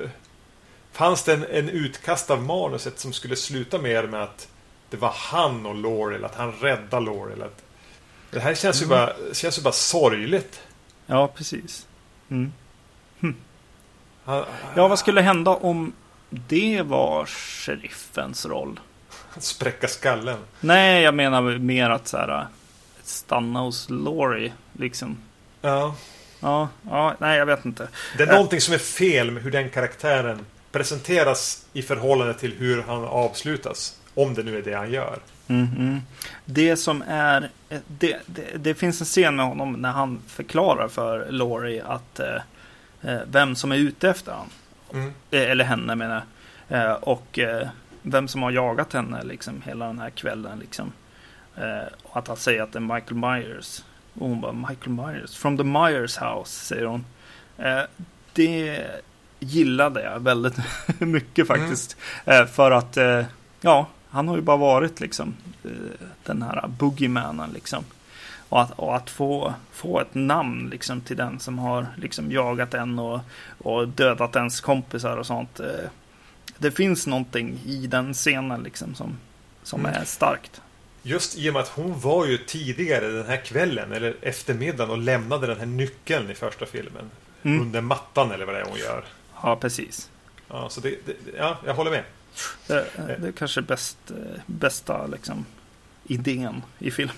fanns det en, en utkast av manuset som skulle sluta mer med att det var han och Laurie, eller att han räddade Laurie, eller att, det här känns ju mm. bara känns ju bara sorgligt. Ja, precis. Mm. Hm. Han, ja, vad skulle hända om det var sheriffens roll? Spräcka skallen. Nej, jag menar mer att så här, stanna hos Laurie liksom. Ja. Ja, ja, nej jag vet inte. Det är äh, någonting som är fel med hur den karaktären presenteras i förhållande till hur han avslutas. Om det nu är det han gör. Mm, mm. Det som är det, det, det finns en scen med honom när han förklarar för Laurie att eh, vem som är ute efter han. Mm. Eller henne menar jag. Eh, och eh, vem som har jagat henne liksom hela den här kvällen liksom. Eh, och att han säger att det är Michael Myers. Och hon bara, Michael Myers from the Myers house, säger hon. Eh, det gillade jag väldigt mycket faktiskt. Mm. Eh, för att eh, ja, han har ju bara varit liksom eh, den här boogiemannen liksom. Och att, och att få, få ett namn liksom till den som har liksom jagat en och, och dödat ens kompisar och sånt. Eh, det finns någonting i den scenen liksom som, som mm. är starkt. Just i och med att hon var ju tidigare den här kvällen eller eftermiddagen och lämnade den här nyckeln i första filmen mm. under mattan eller vad det är hon gör. Ja, precis. Ja, så det, det, ja, jag håller med. Det, det är kanske bäst, bästa liksom, idén i filmen.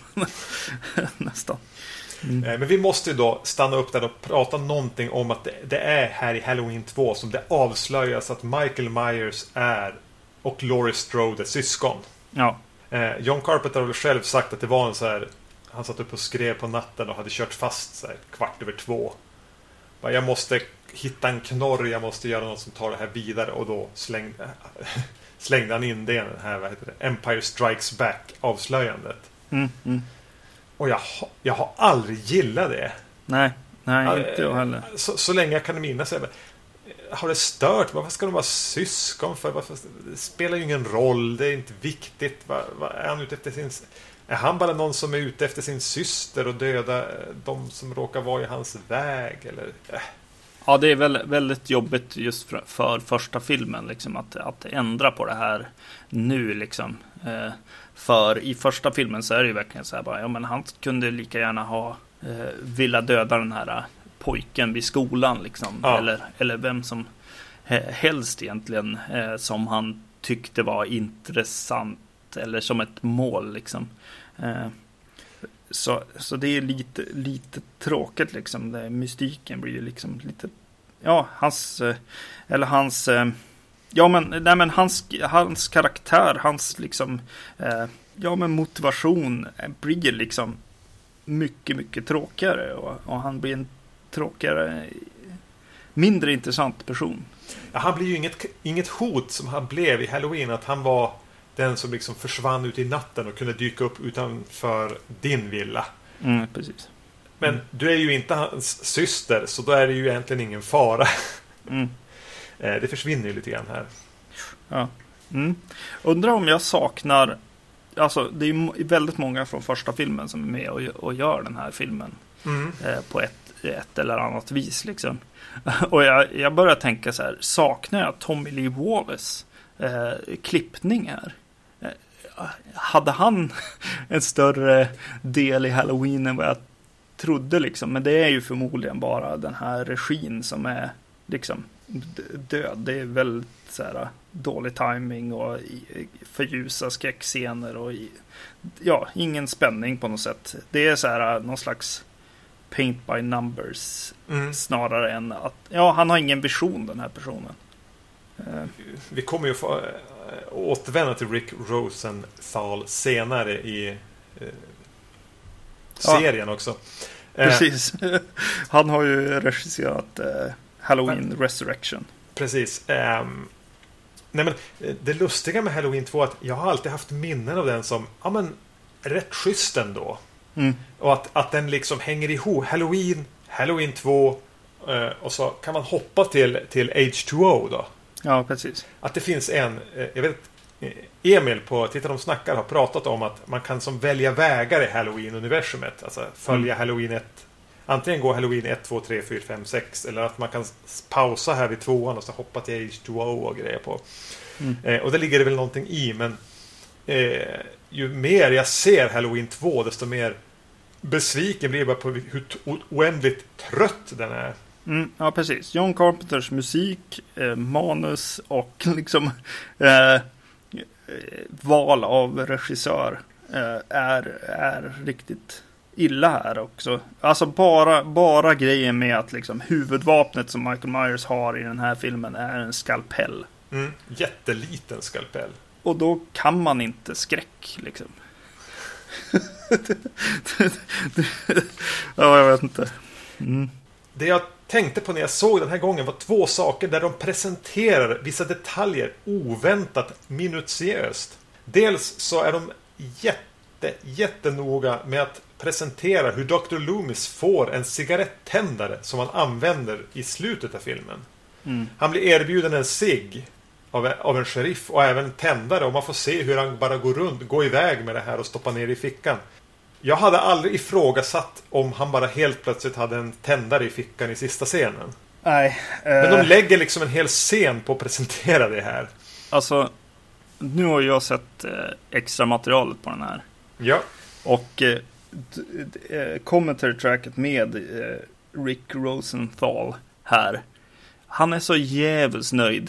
Nästan. Mm. Men vi måste ju då stanna upp där och prata någonting om att det, det är här i Halloween två som det avslöjas att Michael Myers är och Laurie Strode är syskon. Ja. Eh, John Carpenter har väl själv sagt att det var en så här, han satt upp och skrev på natten och hade kört fast så här, kvart över två. Jag måste hitta en knorr, jag måste göra något som tar det här vidare, och då slängde, slängde han in det, den här, vad heter det, Empire Strikes Back avslöjandet. Mm, mm. Och jag, jag har aldrig gillat det. Nej, nej, inte jag heller. Så, så länge jag kan minnas. Har det stört? Varför ska de vara syskon för? Varför, det spelar ju ingen roll. Det är inte viktigt. Vad, vad är han ute efter sin... Är han bara någon som är ute efter sin syster och döda de som råkar vara i hans väg? Eller... Ja, det är väl, väldigt jobbigt just för, för första filmen liksom, att, att ändra på det här nu liksom. Eh, för i första filmen så är det ju verkligen så här bara, ja men han kunde lika gärna ha eh, vilja döda den här pojken vid skolan liksom. Ja. Eller, eller vem som eh, helst egentligen eh, som han tyckte var intressant eller som ett mål liksom. Eh, så, så det är lite, lite tråkigt liksom. Det, mystiken blir ju liksom lite, ja, hans eh, eller hans eh, ja men, nej, men hans, hans karaktär, hans liksom eh, ja men motivation blir liksom mycket, mycket tråkigare, och, och han blir en tråkigare, mindre intressant person. Ja, han blir ju inget, inget hot som han blev i Halloween, att han var den som liksom försvann ut i natten och kunde dyka upp utanför din villa. Mm, precis. Men mm. du är ju inte hans syster, så då är det ju egentligen ingen fara. Mm. Det försvinner ju lite grann här. Ja. Mm. Undrar om jag saknar, alltså det är väldigt många från första filmen som är med och, och gör den här filmen mm. eh, på ett, ett eller annat vis liksom. Och jag, jag börjar tänka så här, saknar jag Tommy Lee Wallace eh, klippning här? Eh, hade han en större del i Halloween än vad jag trodde liksom? Men det är ju förmodligen bara den här regin som är liksom död. Det är väldigt så här dålig timing och för ljusa skräckscener och ja, ingen spänning på något sätt. Det är så här någon slags paint by numbers mm. snarare än att ja, han har ingen vision, den här personen. Vi kommer ju få återvända till Rick Rosenthal senare i eh, serien ja. också. Precis. Han har ju regisserat eh, Halloween men, Resurrection. Precis. Um, nej men, det lustiga med Halloween två är att jag har alltid haft minnen av den som ja, men, rätt schysst ändå. Mm. Och att, att den liksom hänger ihop. Halloween, Halloween två uh, och så kan man hoppa till, till H two O då. Ja, precis. Att det finns en, uh, jag vet Emil på Titta de snackar har pratat om att man kan som välja vägar i Halloween-universumet. Alltså följa mm. Halloween ett. Antingen gå Halloween ett, två, tre, fyra, fem, sex. Eller att man kan pausa här vid tvåan och så hoppa till H two O och grejer på. Mm. Eh, och det ligger det väl någonting i. Men eh, ju mer jag ser Halloween två, desto mer besviken blir jag bara på hur oändligt trött den är. Mm, ja, precis. John Carpenters musik, eh, manus och liksom eh, val av regissör eh, är, är riktigt illa här också. Alltså bara, bara grejen med att liksom huvudvapnet som Michael Myers har i den här filmen är en skalpell. Mm, jätteliten skalpell. Och då kan man inte skräck liksom. Ja, jag vet inte. Mm. Det jag tänkte på när jag såg den här gången var två saker där de presenterar vissa detaljer oväntat minutiöst. Dels så är de jätte, jättenoga med att presentera hur doktor Loomis får en cigarettändare som han använder i slutet av filmen. Mm. Han blir erbjuden en cigg av, av en sheriff och även tändare, och man får se hur han bara går runt, går iväg med det här och stoppar ner i fickan. Jag hade aldrig ifrågasatt om han bara helt plötsligt hade en tändare i fickan i sista scenen. Nej. Eh... Men de lägger liksom en hel scen på att presentera det här. Alltså, nu har jag sett eh, extra materialet på den här. Ja. Och eh, d- d- eh, commentary tracket med eh, Rick Rosenthal här. Han är så jävligt nöjd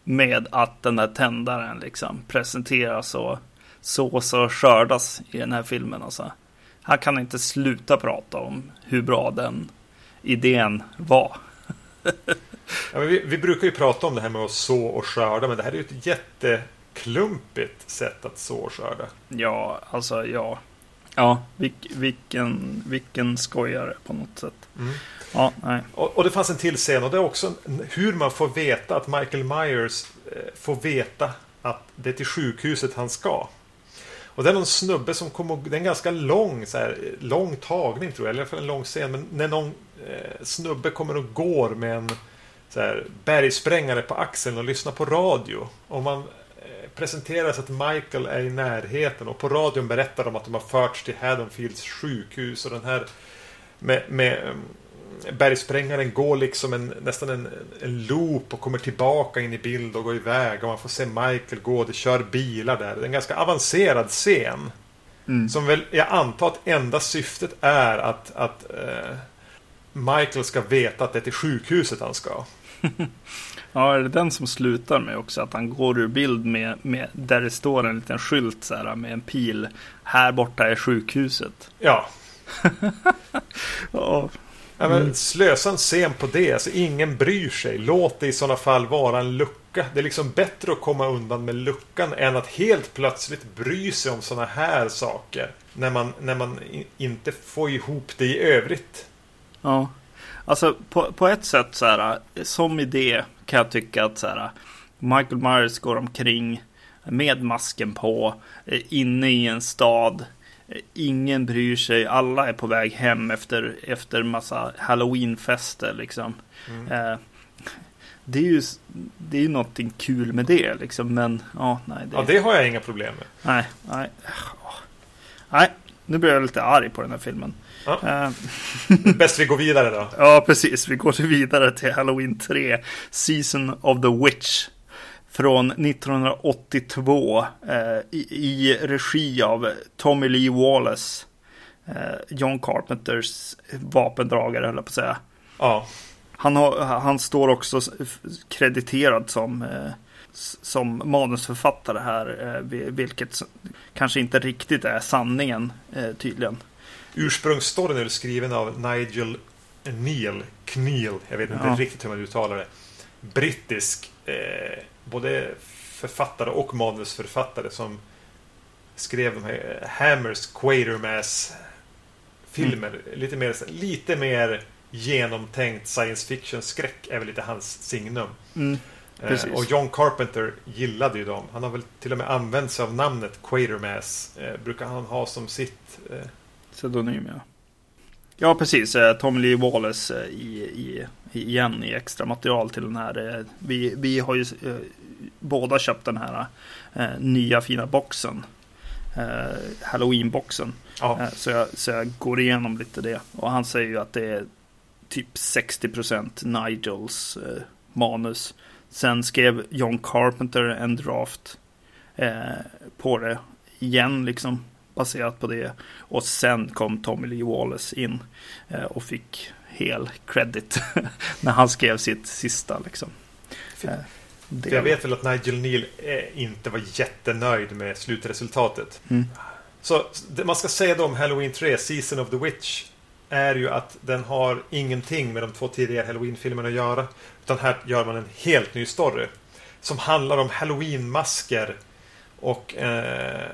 med att den där tändaren liksom presenteras och så så skördas i den här filmen. Alltså. Han kan inte sluta prata om hur bra den idén var. Ja, men vi, vi brukar ju prata om det här med att så och skörda, men det här är ju ett jätteklumpigt sätt att så och skörda. Ja, alltså ja. Ja, vilk, vilken, vilken skojare på något sätt. Mm. Ja, nej. Och, och det fanns en till scen, och det är också hur man får veta att Michael Myers eh, får veta att det är till sjukhuset han ska. Och det är någon snubbe som kommer, det är en ganska lång så här, lång tagning tror jag, eller i alla fall en lång scen, men när någon eh, snubbe kommer och går med en så här, bergsprängare på axeln och lyssnar på radio, och man eh, presenteras att Michael är i närheten, och på radion berättar de att de har förts till Haddonfields sjukhus, och den här med, med bergsprängaren går liksom en, nästan en, en loop och kommer tillbaka in i bild och går iväg, och man får se Michael gå, det kör bilar där. Det är en ganska avancerad scen mm. som väl, jag antar att enda syftet är att, att eh, Michael ska veta att det är till sjukhuset han ska. Ja, är det den som slutar med också att han går ur bild med, med där det står en liten skylt så här, med en pil, här borta är sjukhuset. Ja. Ja. Ja, men slösa en scen på det, alltså ingen bryr sig. Låt det i sådana fall vara en lucka. Det är liksom bättre att komma undan med luckan än att helt plötsligt bry sig om sådana här saker när man, när man inte får ihop det i övrigt. Ja, alltså på, på ett sätt så här, som idé kan jag tycka att så här, Michael Myers går omkring med masken på, inne i en stad. Ingen bryr sig, alla är på väg hem efter, efter massa Halloweenfester liksom. Mm. Eh, det är ju det är ju någonting kul med det liksom, men ja, nej. Det... Ja, det har jag inga problem med. Nej, nej. Nej, nu blir jag lite arg på den här filmen. Ja. Eh. Bäst vi går vidare då. Ja, precis. Vi går vidare till Halloween tre, Season of the Witch. Från nittonhundraåttiotvå eh, i, i regi av Tommy Lee Wallace, eh, John Carpenters vapendragare, höll jag på att säga. Ja. Han, har, han står också krediterad som, eh, som manusförfattare här, eh, vilket kanske inte riktigt är sanningen eh, tydligen. Ursprungsstoryn är skriven av Nigel Neal, Kneal, jag vet inte ja. riktigt hur man uttalar det. Brittisk eh, både författare och manusförfattare som skrev de här Hammers Quatermass filmer. Mm. Lite mer, lite mer genomtänkt science fiction skräck är väl lite hans signum. Mm, eh, och John Carpenter gillade ju dem. Han har väl till och med använt sig av namnet Quatermass. Eh, brukar han ha som sitt eh... pseudonym, ja. Ja, precis. Tom Lee Wallace i, i, igen i extra material till den här. Vi, vi har ju eh, båda köpt den här eh, nya fina boxen. Eh, Halloween-boxen. Ja. Eh, så, jag, så jag går igenom lite det. Och han säger ju att det är typ sextio procent Nigels eh, manus. Sen skrev John Carpenter en draft eh, på det igen liksom. Baserat på det. Och sen kom Tommy Lee Wallace in eh, och fick hel credit när han skrev sitt sista liksom. Eh, jag vet väl att Nigel Neal eh, inte var jättenöjd med slutresultatet. Mm. Så det man ska säga då om Halloween tre, Season of the Witch, är ju att den har ingenting med de två tidigare Halloween-filmerna att göra. Utan här gör man en helt ny story som handlar om Halloween-masker och eh,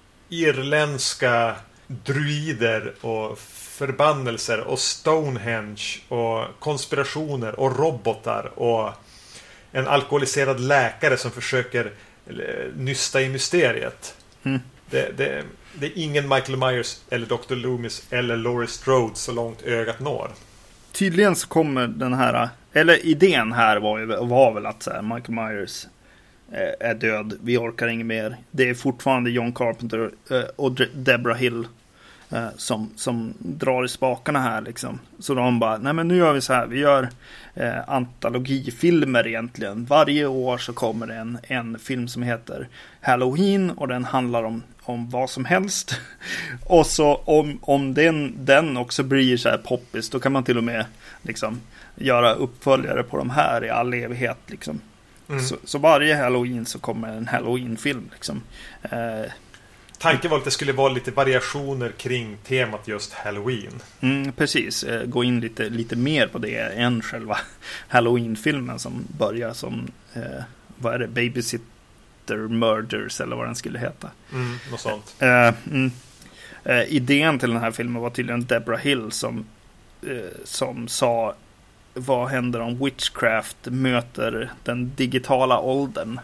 irländska druider och förbannelser och Stonehenge och konspirationer och robotar och en alkoholiserad läkare som försöker nysta i mysteriet. Mm. Det, det, det är ingen Michael Myers eller doktor Loomis eller Laurie Strode så långt ögat når. Tydligen så kommer den här, eller idén här var, ju, var väl att så här, Michael Myers är död, vi orkar inget mer. Det är fortfarande John Carpenter och Deborah Hill som, som drar i spakarna här liksom. Så de bara, nej men nu gör vi så här, vi gör eh, antologifilmer egentligen. Varje år så kommer det en, en film som heter Halloween och den handlar om, om vad som helst. Och så om, om den, den också blir så här poppis, då kan man till och med liksom göra uppföljare på de här i all evighet liksom. Mm. Så, så varje Halloween så kommer en Halloween-film liksom. Eh, Tanken var att det skulle vara lite variationer kring temat just Halloween. Mm, precis, eh, gå in lite, lite mer på det än själva Halloween-filmen som börjar som eh, vad är det, Babysitter Murders eller vad den skulle heta. Mm, något sånt. Eh, mm. eh, idén till den här filmen var tydligen Deborah Hill som, eh, som sa: vad händer om witchcraft möter den digitala åldern?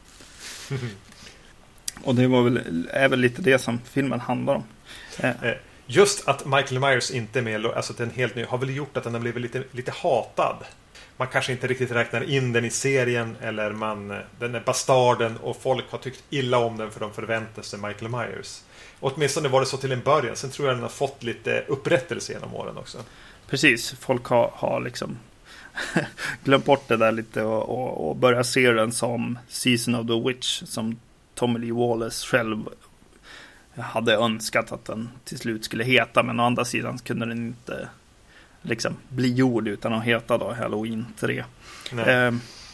Och det var väl, är väl lite det som filmen handlar om. Eh. Just att Michael Myers inte är med, alltså att den helt ny, har väl gjort att den har blivit lite, lite hatad. Man kanske inte riktigt räknar in den i serien, eller man, den är bastarden och folk har tyckt illa om den för de förväntar sig Michael Myers. Och åtminstone var det så till en början. Sen tror jag den har fått lite upprättelse genom åren också. Precis, folk har, har liksom glömt bort det där lite och, och, och börjat se den som Season of the Witch, som Tommy Lee Wallace själv hade önskat att den till slut skulle heta, men å andra sidan kunde den inte liksom bli gjord utan att heta då Halloween tre. Eh,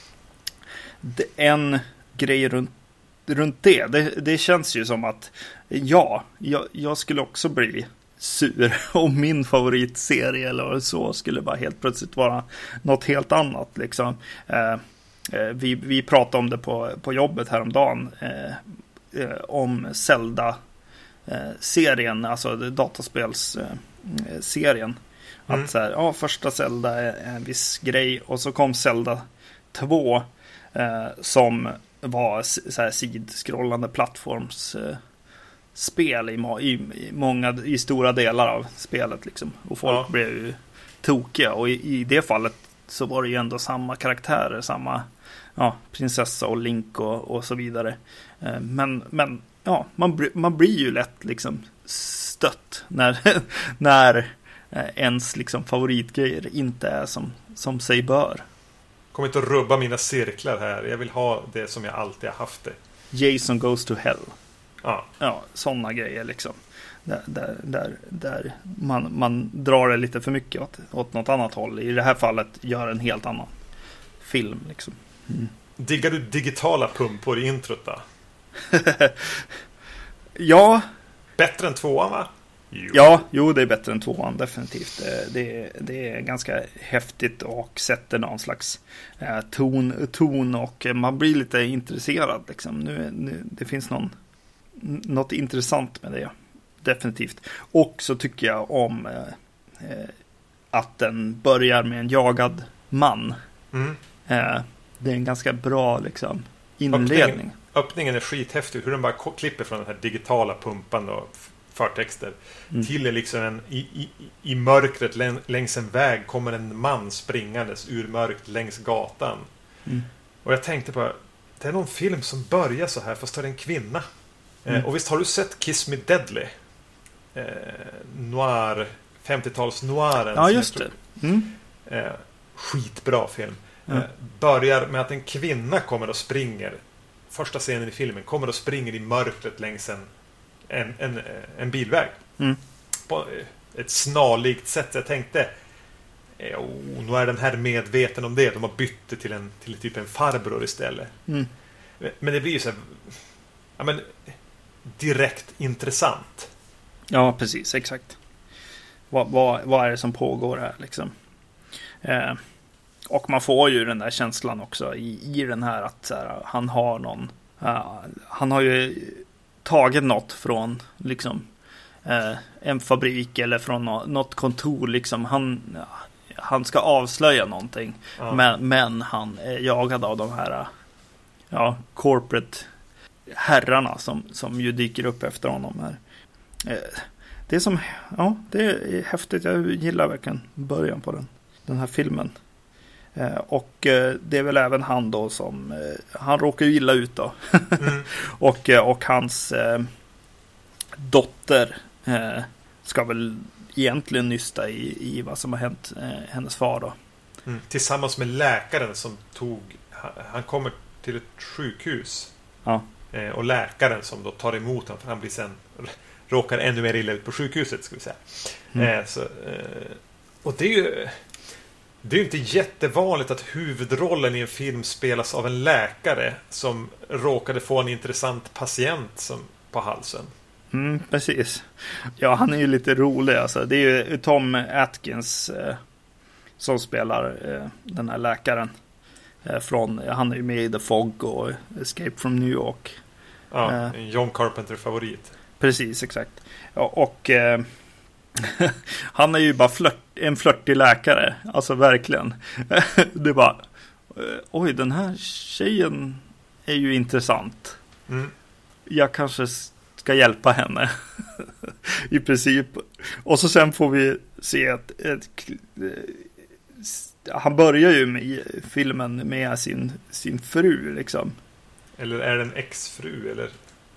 det, en grej runt, runt det, det, det känns ju som att ja, jag, jag skulle också bli sur om min favoritserie eller så skulle bara helt plötsligt vara något helt annat liksom. Eh, vi, vi pratade om det på, på jobbet häromdagen eh, eh, om Zelda eh, serien, alltså dataspelsserien. Eh, mm. Att så här, ja, första Zelda är en viss grej och så kom Zelda två eh, som var så här sidskrollande plattforms eh, spel i, i, i många i stora delar av spelet liksom. Och folk ja. blev ju tokiga och i, i det fallet så var det ju ändå samma karaktärer, samma ja, prinsessa och Link och, och så vidare. Eh, men, men ja, man, man blir ju lätt liksom stött när, när eh, ens liksom favoritgrejer inte är som, som sig bör. Kommer inte att rubba mina cirklar här. Jag vill ha det som jag alltid har haft det. Jason Goes to Hell. Ja, ja sådana grejer liksom. Där, där, där, där man, man drar det lite för mycket åt, åt något annat håll. I det här fallet gör en helt annan film liksom. Mm. Diggar du digitala pumpor i introt då? Ja. Bättre än tvåan va? Jo. Ja, jo det är bättre än tvåan definitivt. Det, det är ganska häftigt och sätter någon slags eh, ton, ton och man blir lite intresserad liksom. Nu, nu, det finns någon, något intressant med det. Definitivt. Och så tycker jag om eh, att den börjar med en jagad man. Mm. Eh, det är en ganska bra liksom, inledning. Öppningen, öppningen är skithäftig. Hur den bara klipper från den här digitala pumpan och förtexter mm. till liksom en, i, i, i mörkret längs en väg kommer en man springandes ur mörkt längs gatan. Mm. Och jag tänkte på, det är någon film som börjar så här fast det är en kvinna. Mm. Eh, och visst har du sett Kiss Me Deadly? Eh, noir, femtiotals noiren. Ja, just det. Mm. Eh, skitbra film. Mm. Eh, börjar med att en kvinna kommer och springer. Första scenen i filmen kommer och springer i mörkret längs en, en, en, en bilväg. Mm. På ett snarlikt sätt. Jag tänkte, oh, nu är den här medveten om det. De har bytt det till, en, till typ en farbror istället. Mm. Men det blir ju så här, ja, men, direkt intressant. Ja, precis, exakt. Vad, vad, vad är det som pågår här liksom? Eh, och man får ju den där känslan också i, i den här att så här, han har någon uh, han har ju tagit något från liksom uh, en fabrik eller från no- något kontor liksom. Han, uh, han ska avslöja någonting ja. men, men han är jagad av de här uh, ja, corporate herrarna som, som ju dyker upp efter honom här. Det är som, ja, det är häftigt. Jag gillar verkligen början på den, den här filmen. Eh, och eh, det är väl även han då som, eh, han råkar ju illa ut då. Mm. och, eh, och hans eh, dotter eh, ska väl egentligen nysta i, i vad som har hänt eh, hennes far då. Mm. Tillsammans med läkaren som tog, han, han kommer till ett sjukhus. Ja. Eh, och läkaren som då tar emot honom, för han blir sen råkar ännu mer illa ut på sjukhuset, ska vi säga. Mm. Eh, så, eh, och det är ju, Det är ju inte jättevanligt att huvudrollen i en film spelas av en läkare som råkade få en intressant patient som på halsen. Mm, precis. Ja, han är ju lite rolig alltså. Det är ju Tom Atkins eh, som spelar eh, den här läkaren. Eh, från, han är ju med i The Fog och Escape from New York. Ja, eh, en John Carpenter-favorit. Precis, exakt. Ja, och eh, han är ju bara flört, en flörtig läkare. Alltså verkligen. Det är bara, oj, den här tjejen är ju intressant. Mm. Jag kanske ska hjälpa henne. I princip. Och så sen får vi se att ett, han börjar ju med filmen med sin, sin fru liksom. Eller är det en exfru eller?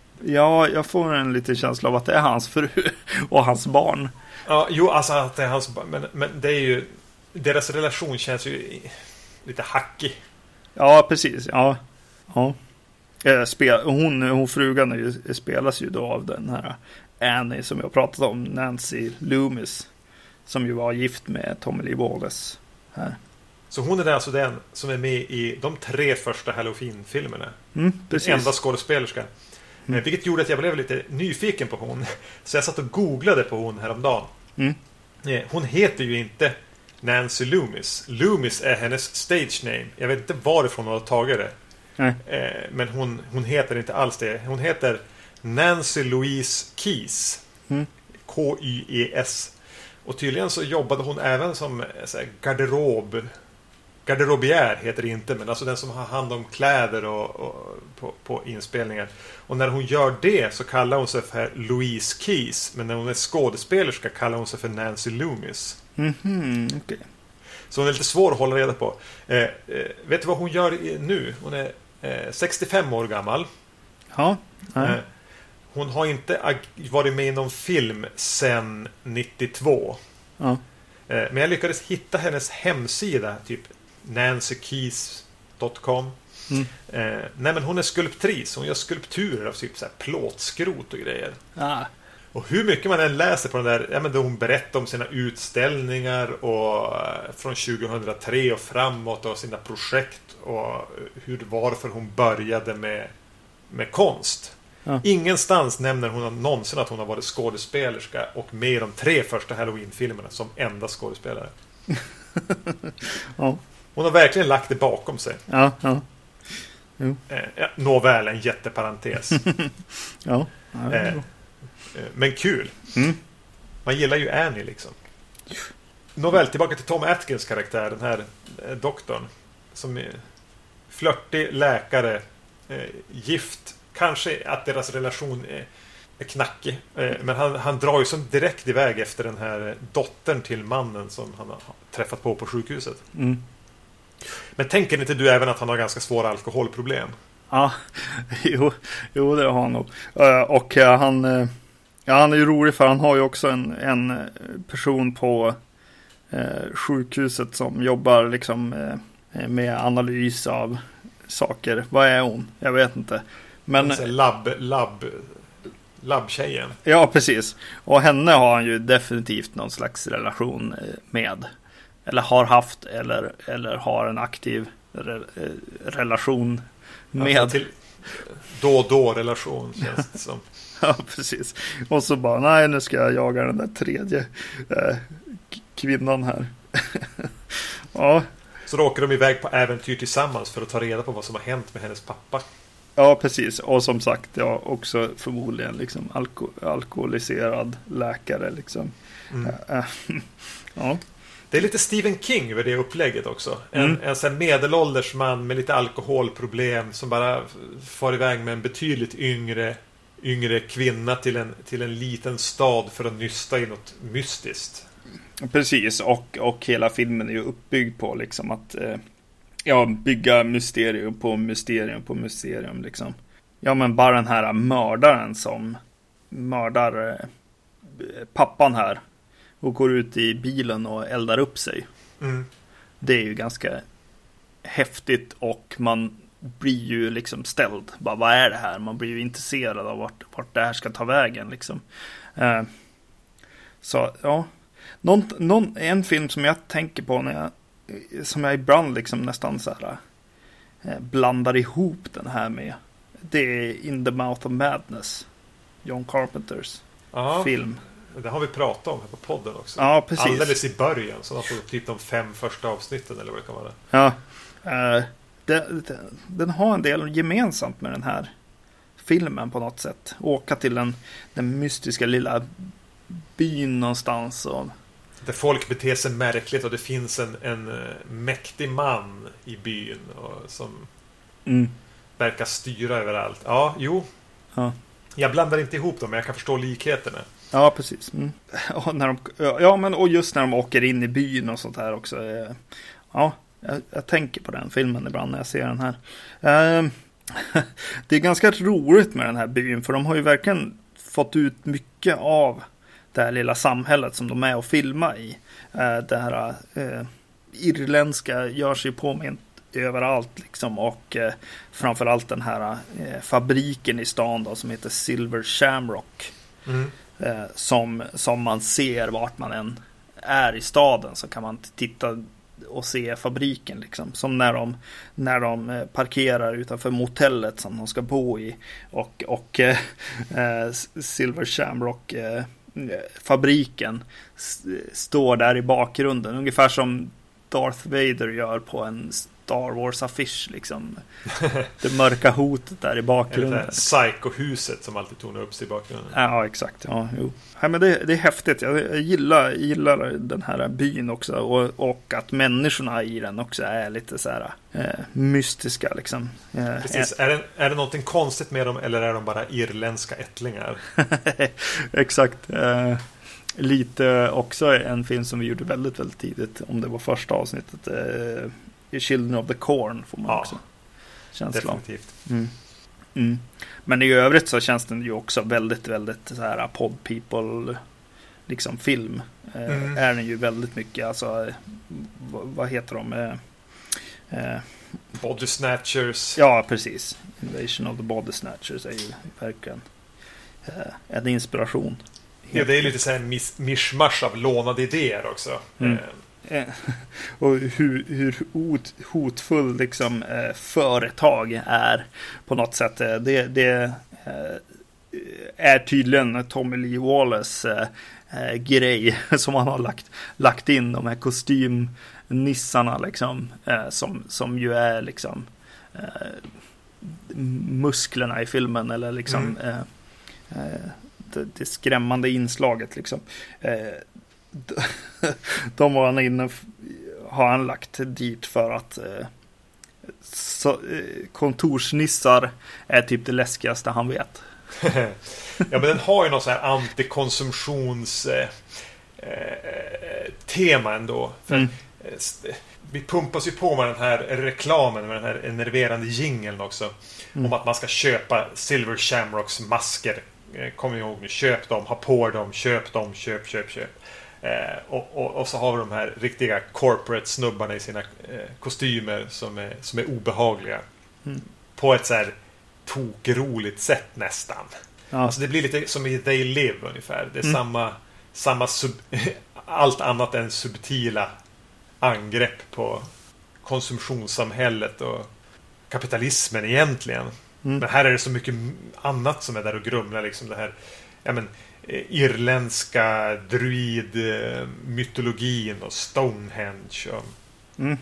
Ja, jag får en liten känsla av att det är hans fru och hans barn. Ja, jo, alltså att det är hans barn. Men, men det är ju, deras relation känns ju lite hackig. Ja, precis. Ja, ja. Spel, hon, hon frugan är ju, spelas ju då av den här Annie som jag pratat om, Nancy Loomis, som ju var gift med Tommy Lee Wallace här. Så hon är alltså den som är med i de tre första Halloween-filmerna. Mm, precis. Den enda skådespelerska. Mm. Vilket gjorde att jag blev lite nyfiken på hon. Så jag satt och googlade på hon häromdagen. Mm. Hon heter ju inte Nancy Loomis. Loomis är hennes stage name. Jag vet inte varifrån hon har tagit det. Mm. Men hon, hon heter inte alls det. Hon heter Nancy Louise Keys. Mm. K Y E S. Och tydligen så jobbade hon även som så här, garderob garderobiär heter det inte, men alltså den som har hand om kläder och, och på, på inspelningar. Och när hon gör det så kallar hon sig för Louise Keys, men när hon är skådespelerska kallar hon sig för Nancy Loomis. Mm-hmm, okay. Så hon är lite svår att hålla reda på. Eh, eh, vet du vad hon gör nu? Hon är eh, sextiofem år gammal. Ja. Eh, hon har inte ag- varit med i någon film sedan nittiotvå. Ja. Eh, men jag lyckades hitta hennes hemsida, typ nancy keys dot com. Mm. Eh, nej men hon är skulptris. Hon gör skulpturer av typ så här plåtskrot och grejer. Ah. Och hur mycket man än läser på den där, ja men då hon berättar om sina utställningar och från tjugohundratre och framåt och sina projekt och hur varför hon började med med konst. Ja. Ingenstans nämner hon någonsin att hon har varit skådespelerska och med i de tre första Halloween-filmerna som enda skådespelare. Ja. Hon har verkligen lagt det bakom sig. Ja, ja. Jo. Eh, nåväl, en jätteparentes. Ja. Ja, eh, eh, men kul. Mm. Man gillar ju Annie liksom. Nåväl, tillbaka till Tom Atkins karaktär, den här eh, doktorn som är flörtig läkare, eh, gift. Kanske att deras relation är, är knackig. Eh, men han, han drar ju som direkt iväg efter den här dottern till mannen som han har träffat på på sjukhuset. Mm. Men tänker inte du även att han har ganska svåra alkoholproblem? Ja, jo, jo det har han nog. Uh, och uh, han, uh, ja, han är ju rolig för han har ju också en, en person på uh, sjukhuset som jobbar liksom uh, med analys av saker. Vad är hon? Jag vet inte. Men labb, labb, labbtjejen. Ja, precis. Och henne har han ju definitivt någon slags relation med. Eller har haft eller, eller har en aktiv re, relation med. Alltså till då och då relation känns det som. Ja, precis. Och så bara, nej nu ska jag jaga den där tredje eh, kvinnan här. Ja. Så då åker de iväg på äventyr tillsammans för att ta reda på vad som har hänt med hennes pappa. Ja, precis. Och som sagt, ja, också förmodligen liksom alko- alkoholiserad läkare liksom. Mm. Ja. Det är lite Stephen King över det upplägget också. En, mm. en sån här medelålders man med lite alkoholproblem som bara far iväg med en betydligt yngre, yngre kvinna till en, till en liten stad för att nysta i något mystiskt. Precis, och, och hela filmen är ju uppbyggd på liksom att eh, ja, bygga mysterium på mysterium på mysterium liksom. Ja, men bara den här mördaren som mördar eh, pappan här och går ut i bilen och eldar upp sig. Mm. Det är ju ganska häftigt och man blir ju liksom ställd. Bara, vad är det här? Man blir ju intresserad av vart, vart det här ska ta vägen liksom. Eh, så, ja. Någon, någon, en film som jag tänker på när jag som jag ibland liksom nästan så här eh, blandar ihop den här med, det är In the Mouth of Madness, John Carpenters Aha. film. Det har vi pratat om här på podden också. Ja, precis. Alldeles i början, så man får typ de fem första avsnitten eller vad det kan vara. Ja, eh, det, det, den har en del gemensamt med den här filmen på något sätt. Åka till den, den mystiska lilla byn någonstans och där folk beter sig märkligt och det finns en, en uh, mäktig man i byn och, som mm. verkar styra överallt. Ja, jo. Ja. Jag blandar inte ihop dem, men jag kan förstå likheterna. Ja, precis. Mm. Och, när de, ja, men, och just när de åker in i byn och sånt här också. Ja, jag, jag tänker på den filmen ibland när jag ser den här. Uh, det är ganska roligt med den här byn, för de har ju verkligen fått ut mycket av det här lilla samhället som de är och filma i. Uh, det här uh, irländska gör sig påmint överallt liksom, och uh, framförallt den här uh, fabriken i stan då, som heter Silver Shamrock. Mm. Uh, som, som man ser vart man än är i staden, så kan man titta och se fabriken liksom. Som när de, när de parkerar utanför motellet som de ska bo i, och, och uh, Silver Shamrock uh, fabriken st- står där i bakgrunden, ungefär som Darth Vader gör på en Star Wars-affisch liksom. Det mörka hotet där i bakgrunden. Psycho-huset som alltid tonar upp sig i bakgrunden. Ja, exakt. Ja, jo. Ja, men det, det är häftigt. Jag gillar, gillar den här byn också, och, och att människorna i den också är lite så här eh, mystiska liksom. Eh, Precis. Är det, är det någonting konstigt med dem, eller är de bara irländska ättlingar? Exakt. Eh, lite också en film som vi gjorde väldigt, väldigt tidigt, om det var första avsnittet, eh, Children of the Corn får man ja, också känsla. Definitivt. Mm. Mm. Men i övrigt så känns den ju också väldigt, väldigt så här pod people liksom film. Mm. Eh, är den ju väldigt mycket, alltså v- vad heter de? Eh, eh, Body Snatchers. Ja, precis. Invasion of the Body Snatchers är ju verkligen eh, en inspiration. Ja, det är lite så här mis- mishmash av lånade idéer också. Mm. Eh. Och hur, hur hot, hotfull liksom, eh, företag är på något sätt. Det, det eh, är tydligen Tommy Lee Wallace eh, grej som han har lagt, lagt in, de här kostymnissarna liksom, eh, som, som ju är liksom eh, musklerna i filmen, eller liksom mm. eh, eh, det, det skrämmande inslaget liksom. Eh, de var han inne, har han lagt dit för att eh, så, eh, kontorsnissar är typ det läskigaste han vet. Ja, men den har ju något så här antikonsumtions eh, eh, tema ändå. För mm. eh, vi pumpas ju på med den här reklamen, med den här enerverande jingeln också, mm. om att man ska köpa Silver Shamrocks masker. Eh, kom ihåg nu, köp dem, ha på dem, köp dem, köp, köp, köp. Eh, och, och, och så har vi de här riktiga corporate snubbarna i sina eh, kostymer som är, som är obehagliga. Mm. På ett så här tokroligt sätt nästan. Ja. Alltså det blir lite som i They Live ungefär. Det är mm. samma, samma sub, allt annat än subtila angrepp på konsumtionssamhället och kapitalismen egentligen. Mm. Men här är det så mycket annat som är där och grumlar liksom det här, ja men, irländska druid-mytologin och Stonehenge. Och... Mm.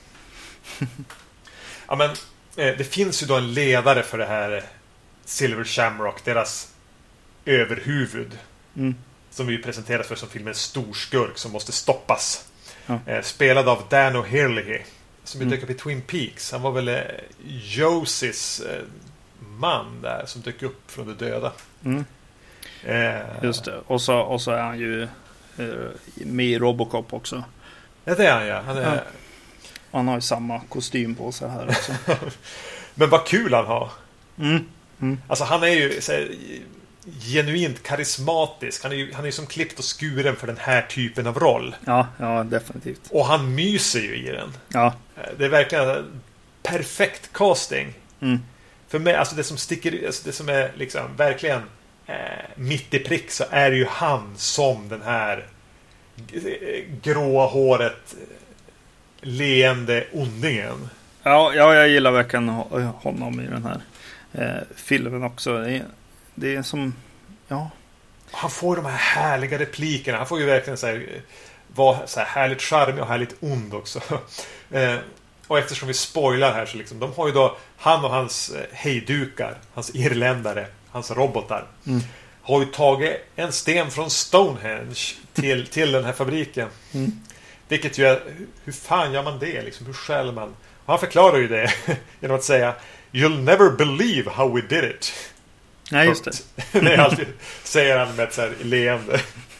ja, men, eh, det finns ju då en ledare för det här Silver Shamrock, deras överhuvud. Mm. Som vi presenteras för som filmen Storskurk som måste stoppas. Ja. Eh, spelad av Dan O'Herlihy, som mm. dök upp i Twin Peaks. Han var väl eh, Josies eh, man där som dök upp från de döda. Mm. Just det. Och så, och så är han ju eh, med i Robocop också. Ja, det är han, ja. Han, är... ja. Han har ju samma kostym på sig här också. Men vad kul han har. Mm. Mm. Alltså han är ju så här, genuint karismatisk. Han är ju han är ju som klippt och skuren för den här typen av roll. Ja, ja, definitivt. Och han myser ju i den. Ja. Det är verkligen perfekt casting. Mm. För mig, alltså det som sticker, alltså det som är liksom verkligen eh, mitt i prick, så är det ju han som den här gråa håret leende ondingen. Ja, ja, jag gillar verkligen honom i den här eh, filmen också. Det är, det är som, ja. Han får de här härliga replikerna. Han får ju verkligen så här, vara så här härligt charmig och härligt ond också. eh, och eftersom vi spoilar här så liksom, de har ju då, han och hans eh, hejdukar, hans irländare, hans robotar, mm. har ju tagit en sten från Stonehenge till, till den här fabriken. Mm. Vilket ju är, hur fan gör man det liksom? Hur skäller man? Och han förklarar ju det genom att säga You'll never believe how we did it. Nej, just det. Det är alltid, säger han med ett så här leende.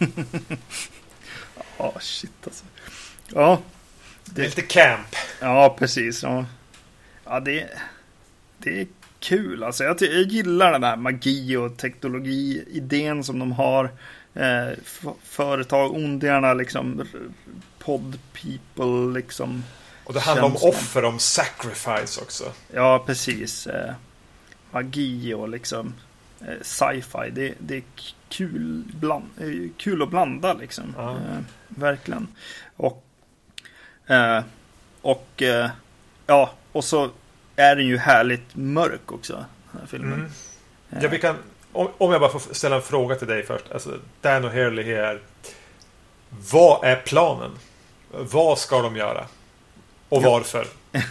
Ja, oh, shit alltså. Ja. Det, det är lite camp. Ja, precis. Ja, ja det, det är kul. Alltså, jag, jag gillar den här magi och teknologi-idén som de har. Eh, f- företag, ondingarna, liksom pod people, liksom. Och det handlar om offer, om sacrifice också. Ja, precis. Eh, magi och liksom eh, sci-fi. Det, det är kul, bland, eh, kul att blanda liksom. Ja. Eh, verkligen. Och eh, och eh, ja, och så är den ju härligt mörk också, den här filmen. Mm. Ja, vi kan, om, om jag bara får ställa en fråga till dig först. Alltså, Dan och Hurley här. Vad är planen? Vad ska de göra? Och ja. Varför?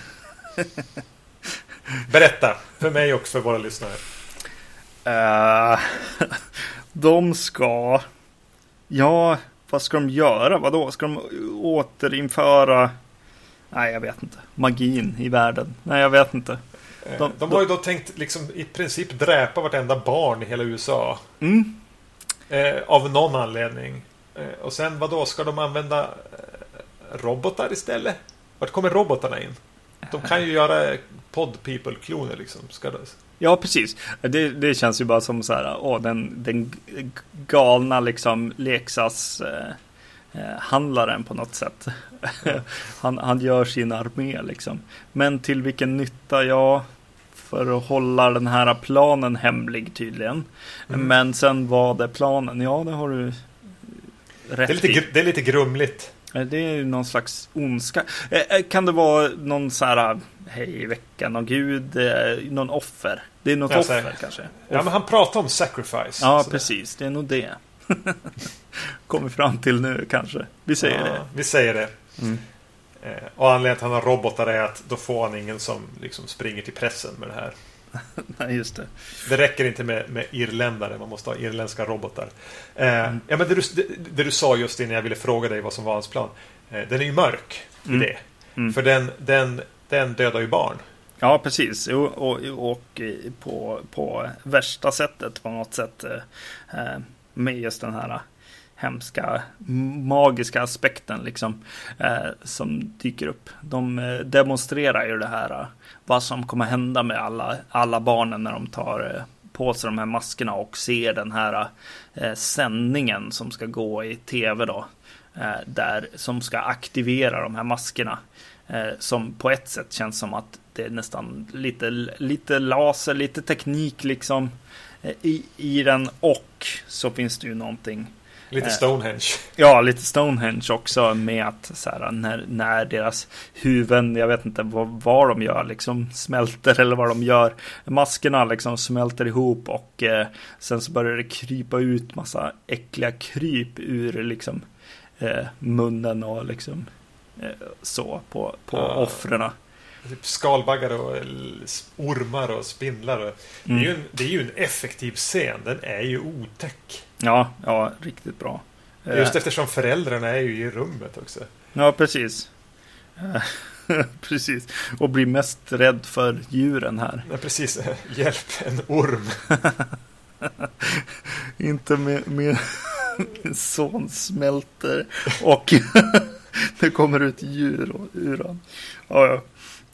Berätta för mig och för våra lyssnare. Uh, de ska... Ja, vad ska de göra? Vadå? Ska de återinföra... Nej, jag vet inte. Magin i världen. Nej, jag vet inte. De, de har ju då tänkt liksom i princip dräpa vartenda barn i hela U S A. Mm. Eh, av någon anledning. Eh, och sen vadå? Ska de använda eh, robotar istället? Vart kommer robotarna in? De kan ju göra pod people-kloner liksom. Ska det... Ja, precis. Det, det känns ju bara som så här, åh, den, den galna liksom leksas eh, handlaren på något sätt. han, han gör sin armé liksom. Men till vilken nytta? Ja, för att hålla den här planen hemlig tydligen. Mm. Men sen vad är planen? Ja, det har du rätt det är lite, i. Det är lite grumligt. Det är ju någon slags ondska. Kan det vara någon så här, hej veckan och Gud, någon offer? Det är något ja, offer här, kanske. Ja, men han pratar om sacrifice. Ja, precis. Det är nog det. Kommer fram till nu kanske. Vi säger ja, det. Vi säger det. Mm. Och anledningen till att han har robotar är att då får han ingen som liksom springer till pressen med det här. Nej, just det. Det räcker inte med, med irländare. Man måste ha irländska robotar. Eh, mm. Ja, men det du, det, det du sa just innan jag ville fråga dig vad som var hans plan. Eh, den är ju mörk i mm. det. Mm. För den, den, den dödar ju barn. Ja, precis. Och, och, och på, på värsta sättet på något sätt. Eh, med just den här hemska, magiska aspekten liksom, eh, som dyker upp. De eh, demonstrerar ju det här, eh, vad som kommer hända med alla, alla barnen när de tar eh, på sig de här maskerna och ser den här eh, sändningen som ska gå i tv då, eh, där, som ska aktivera de här maskerna, eh, som på ett sätt känns som att det är nästan lite, lite laser, lite teknik liksom eh, i, i den, och så finns det ju någonting lite Stonehenge. Ja, lite Stonehenge också, med att så här, när, när deras huvuden, jag vet inte vad, vad de gör, liksom smälter eller vad de gör. Maskerna liksom smälter ihop och eh, sen så börjar det krypa ut massa äckliga kryp ur liksom eh, munnen och liksom eh, så på, på ja. offrena. Typ skalbaggar och ormar och spindlar. Och mm. det, är ju en, det är ju en effektiv scen. Den är ju otäck. Ja, ja, riktigt bra. Just eftersom föräldrarna är ju i rummet också. Ja, precis. Precis. Och blir mest rädd för djuren här. Ja, precis. Hjälp, en orm. Inte med, med min son smälter och det kommer ut djur ur han. Ja, ja.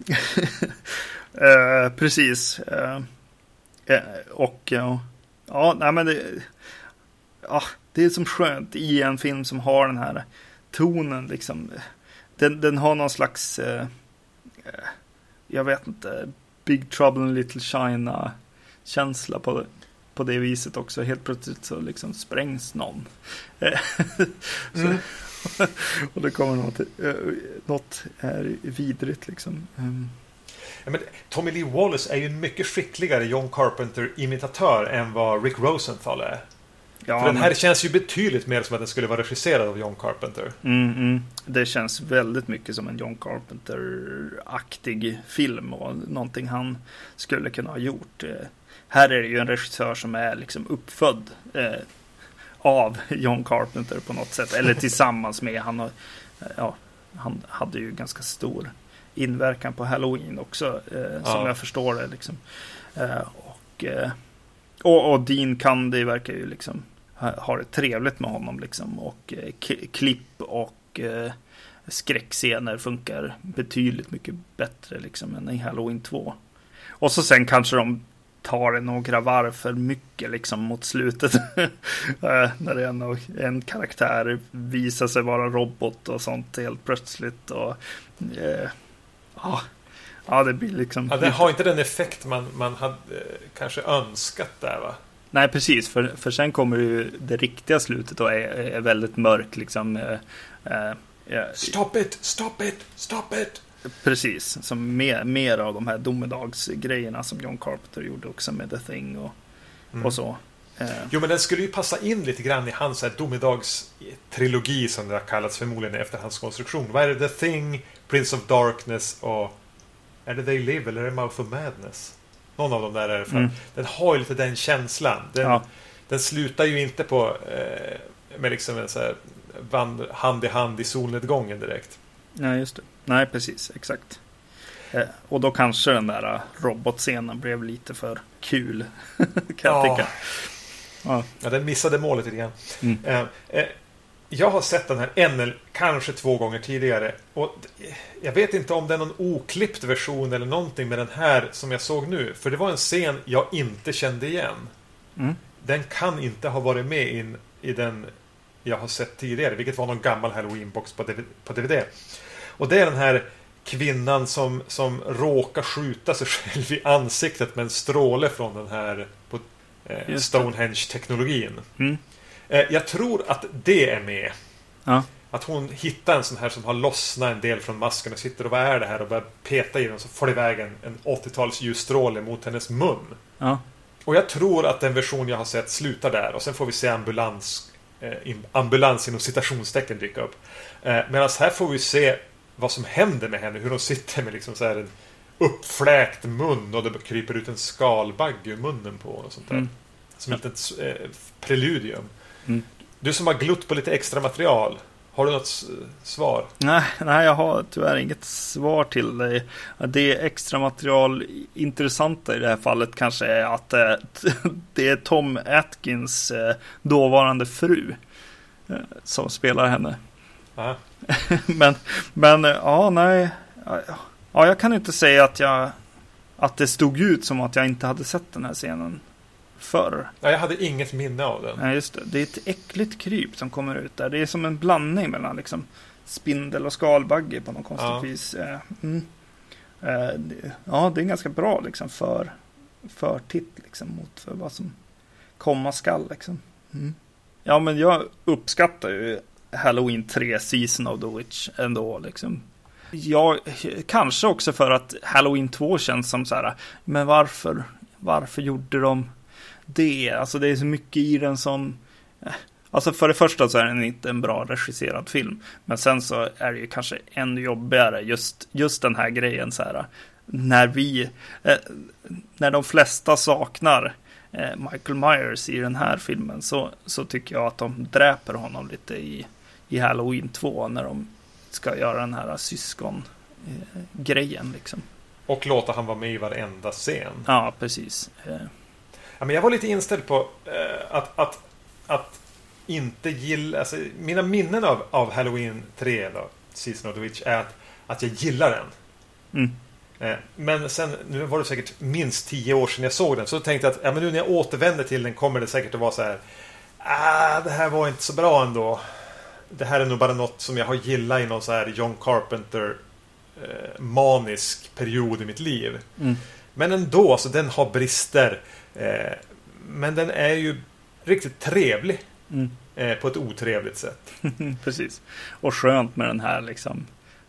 eh, precis. Eh, och ja, ja, nej men det, ja, det är som skönt i en film som har den här tonen liksom. Den, den har någon slags eh, jag vet inte, Big Trouble in Little China känsla på, på på det viset också. Helt plötsligt så liksom sprängs någon. så, mm. och det kommer något, något är vidrigt liksom. Um. Ja, men Tommy Lee Wallace är ju en mycket skickligare John Carpenter-imitatör än vad Rick Rosenthal är. Ja, för den här men... känns ju betydligt mer som att den skulle vara regisserad av John Carpenter. Mm, mm. Det känns väldigt mycket som en John Carpenter-aktig film och någonting han skulle kunna ha gjort. Här är det ju en regissör som är liksom uppfödd eh, av John Carpenter på något sätt. Eller tillsammans med. Han, har, ja, han hade ju ganska stor inverkan på Halloween också. Eh, ja. Som jag förstår det. Liksom. Eh, och, eh, och, och Dean Candy verkar ju liksom ha det trevligt med honom. Liksom. Och eh, k- klipp och eh, skräckscener funkar betydligt mycket bättre liksom, än i Halloween två. Och så sen kanske de tar det några varv för mycket liksom mot slutet. När det är en, en karaktär visar sig vara robot och sånt helt plötsligt. Och, eh, ja, ja, det blir liksom... Ja, det har inte den effekt man, man hade eh, kanske önskat där, va? Nej, precis. För, för sen kommer ju det riktiga slutet och är, är väldigt mörkt liksom. Eh, eh, stop it! Stop it! Stop it! Precis, som mer, mer av de här domedagsgrejerna som John Carpenter gjorde också med The Thing och, mm. och så. Eh. Jo, men den skulle ju passa in lite grann i hans här domedagstrilogi som det har kallats förmodligen efter hans konstruktion. Vad är det? The Thing, Prince of Darkness och är det They Live eller är det Mouth of Madness? Någon av dem där är det. Mm. Den har ju lite den känslan. Den, ja. den slutar ju inte på eh, med liksom en så här vand, hand i hand i solnedgången direkt. Nej, just det. Nej, precis. Exakt. Eh, och då kanske den där uh, robotscenen blev lite för kul. kan jag ja. tycka. Ja. ja, den missade målet lite grann. Mm. Eh, eh, jag har sett den här en eller kanske två gånger tidigare. Och jag vet inte om det är någon oklippt version eller någonting med den här som jag såg nu. För det var en scen jag inte kände igen. Mm. Den kan inte ha varit med in i den jag har sett tidigare. Vilket var någon gammal Halloween-box på D V D. Och det är den här kvinnan som, som råkar skjuta sig själv i ansiktet med en stråle från den här på, eh, Stonehenge-teknologin. Mm. Eh, jag tror att det är med. Ja. Att hon hittar en sån här som har lossnat en del från masken och sitter och vad är det här och börjar peta i den, så får det iväg en, en åttio-tals ljusstråle mot hennes mun. Ja. Och jag tror att den version jag har sett slutar där och sen får vi se ambulans eh, ambulans inom citationstecken dyka upp. Eh, Medan här får vi se vad som händer med henne, hur hon sitter med liksom så här en uppfläkt mun och det kryper ut en skalbagge ur munnen på och sånt där. Mm. Som ett litet eh, preludium. Mm. Du som har glott på lite extra material, har du något svar? Nej, nej, jag har tyvärr inget svar till dig. Det extra material intressanta i det här fallet kanske är att eh, det är Tom Atkins eh, dåvarande fru eh, som spelar henne. Aha. men, men ja, nej. Ja, jag kan inte säga att jag att det stod ut som att jag inte hade sett den här scenen förr. Ja, jag hade inget minne av den. Ja, just det. Det är ett äckligt kryp som kommer ut där. Det är som en blandning mellan liksom spindel och skalbagge på något konstigt ja. vis. Mm. Ja, det är ganska bra liksom för förtitt liksom mot för vad som komma skall liksom. Mm. Ja, men jag uppskattar ju Halloween tre Season of the Witch ändå liksom. Ja, kanske också för att Halloween två känns som så här, men varför varför gjorde de det? Alltså det är så mycket i den som alltså för det första så är den inte en bra regisserad film, men sen så är det ju kanske ännu jobbigare just, just den här grejen så här, när vi eh, när de flesta saknar eh, Michael Myers i den här filmen så, så tycker jag att de dräper honom lite i, i Halloween två när de ska göra den här syskon eh, grejen liksom. Och låta han vara med i varenda scen. Ja, precis. Eh. Ja, men jag var lite inställd på eh, att, att, att inte gilla... Alltså, mina minnen av, av Halloween tre, då, Season of the Witch, är att, att jag gillar den. Mm. Eh, men sen, nu var det säkert minst tio år sedan jag såg den. Så tänkte jag att ja, men nu när jag återvänder till den kommer det säkert att vara så här... Ah, det här var inte så bra ändå. Det här är nog bara något som jag har gillat i någon så här John Carpenter eh, manisk period i mitt liv. Mm. Men ändå, alltså, den har brister. Eh, Men den är ju riktigt trevlig. Mm. Eh, på ett otrevligt sätt. Precis. Och skönt med den här liksom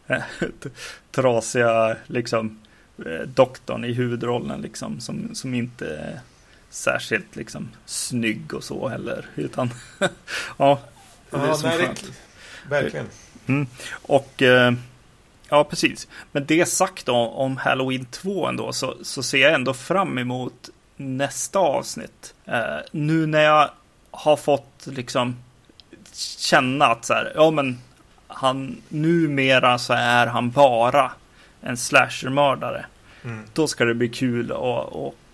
trasiga liksom doktorn i huvudrollen liksom som, som inte är särskilt liksom snygg och så heller utan ja, det är ja, som nej, skönt. Det, verkligen. Mm. Och eh, ja, precis. Men det sagt då, om Halloween två ändå så, så ser jag ändå fram emot nästa avsnitt. Eh, nu när jag har fått liksom känna att så här, ja men han numera så är han bara en slashermördare. Mm. Då ska det bli kul och, och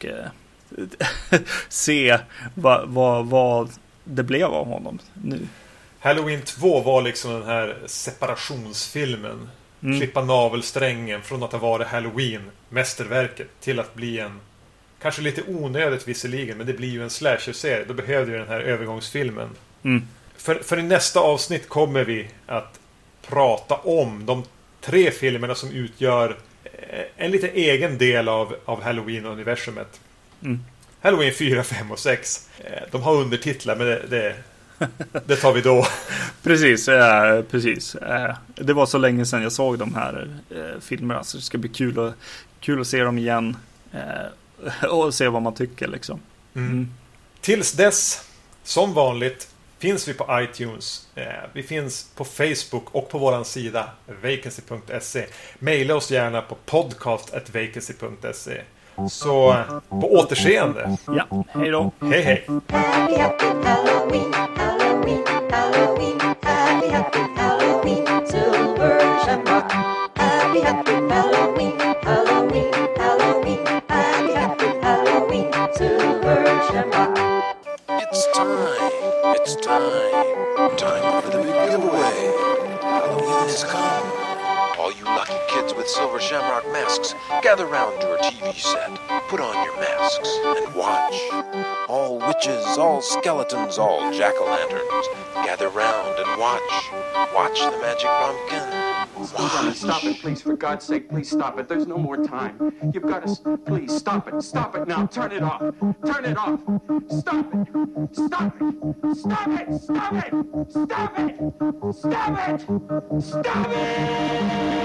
eh, se vad, vad, vad det blev av honom nu. Halloween två var liksom den här separationsfilmen. Mm. Klippa navelsträngen från att ha varit Halloween, mästerverket, till att bli en, kanske lite onödigt visserligen, men det blir ju en slasher-serie. Då behövde ju den här övergångsfilmen. Mm. För, för i nästa avsnitt kommer vi att prata om de tre filmerna som utgör en lite egen del av, av Halloween-universumet. Mm. Halloween fyra, fem och sex. De har undertitlar, men det, det, det tar vi då. Precis, äh, precis. Äh, det var så länge sedan jag såg de här äh, filmerna, så det ska bli kul att, kul att se dem igen äh, och se vad man tycker liksom. Mm. Mm. Tills dess, som vanligt, finns vi på iTunes. Eh, vi finns på Facebook och på våran sida vacancy punkt se. Maila oss gärna på podcast at vacancy punkt se. Så på återseende. Ja, hej då. Hej hej. Happy, happy Halloween, Halloween, Halloween. Happy, happy Halloween, Silver Shamrock. Happy, happy Halloween, Halloween, Halloween. Happy, happy Halloween, Silver Shamrock. It's time. It's time. Time for the big giveaway. Halloween has come. All you lucky kids with silver shamrock masks, gather round your T V set. Put on your masks and watch. All witches, all skeletons, all jack-o'-lanterns, gather round and watch. Watch the magic pumpkin. Watch. Stop it, please. For God's sake, please stop it. There's no more time. You've got to... Please, stop it. Stop it now. Turn it off. Turn it off. Stop it. Stop it. Stop it. Stop it. Stop it. Stop it. Stop it.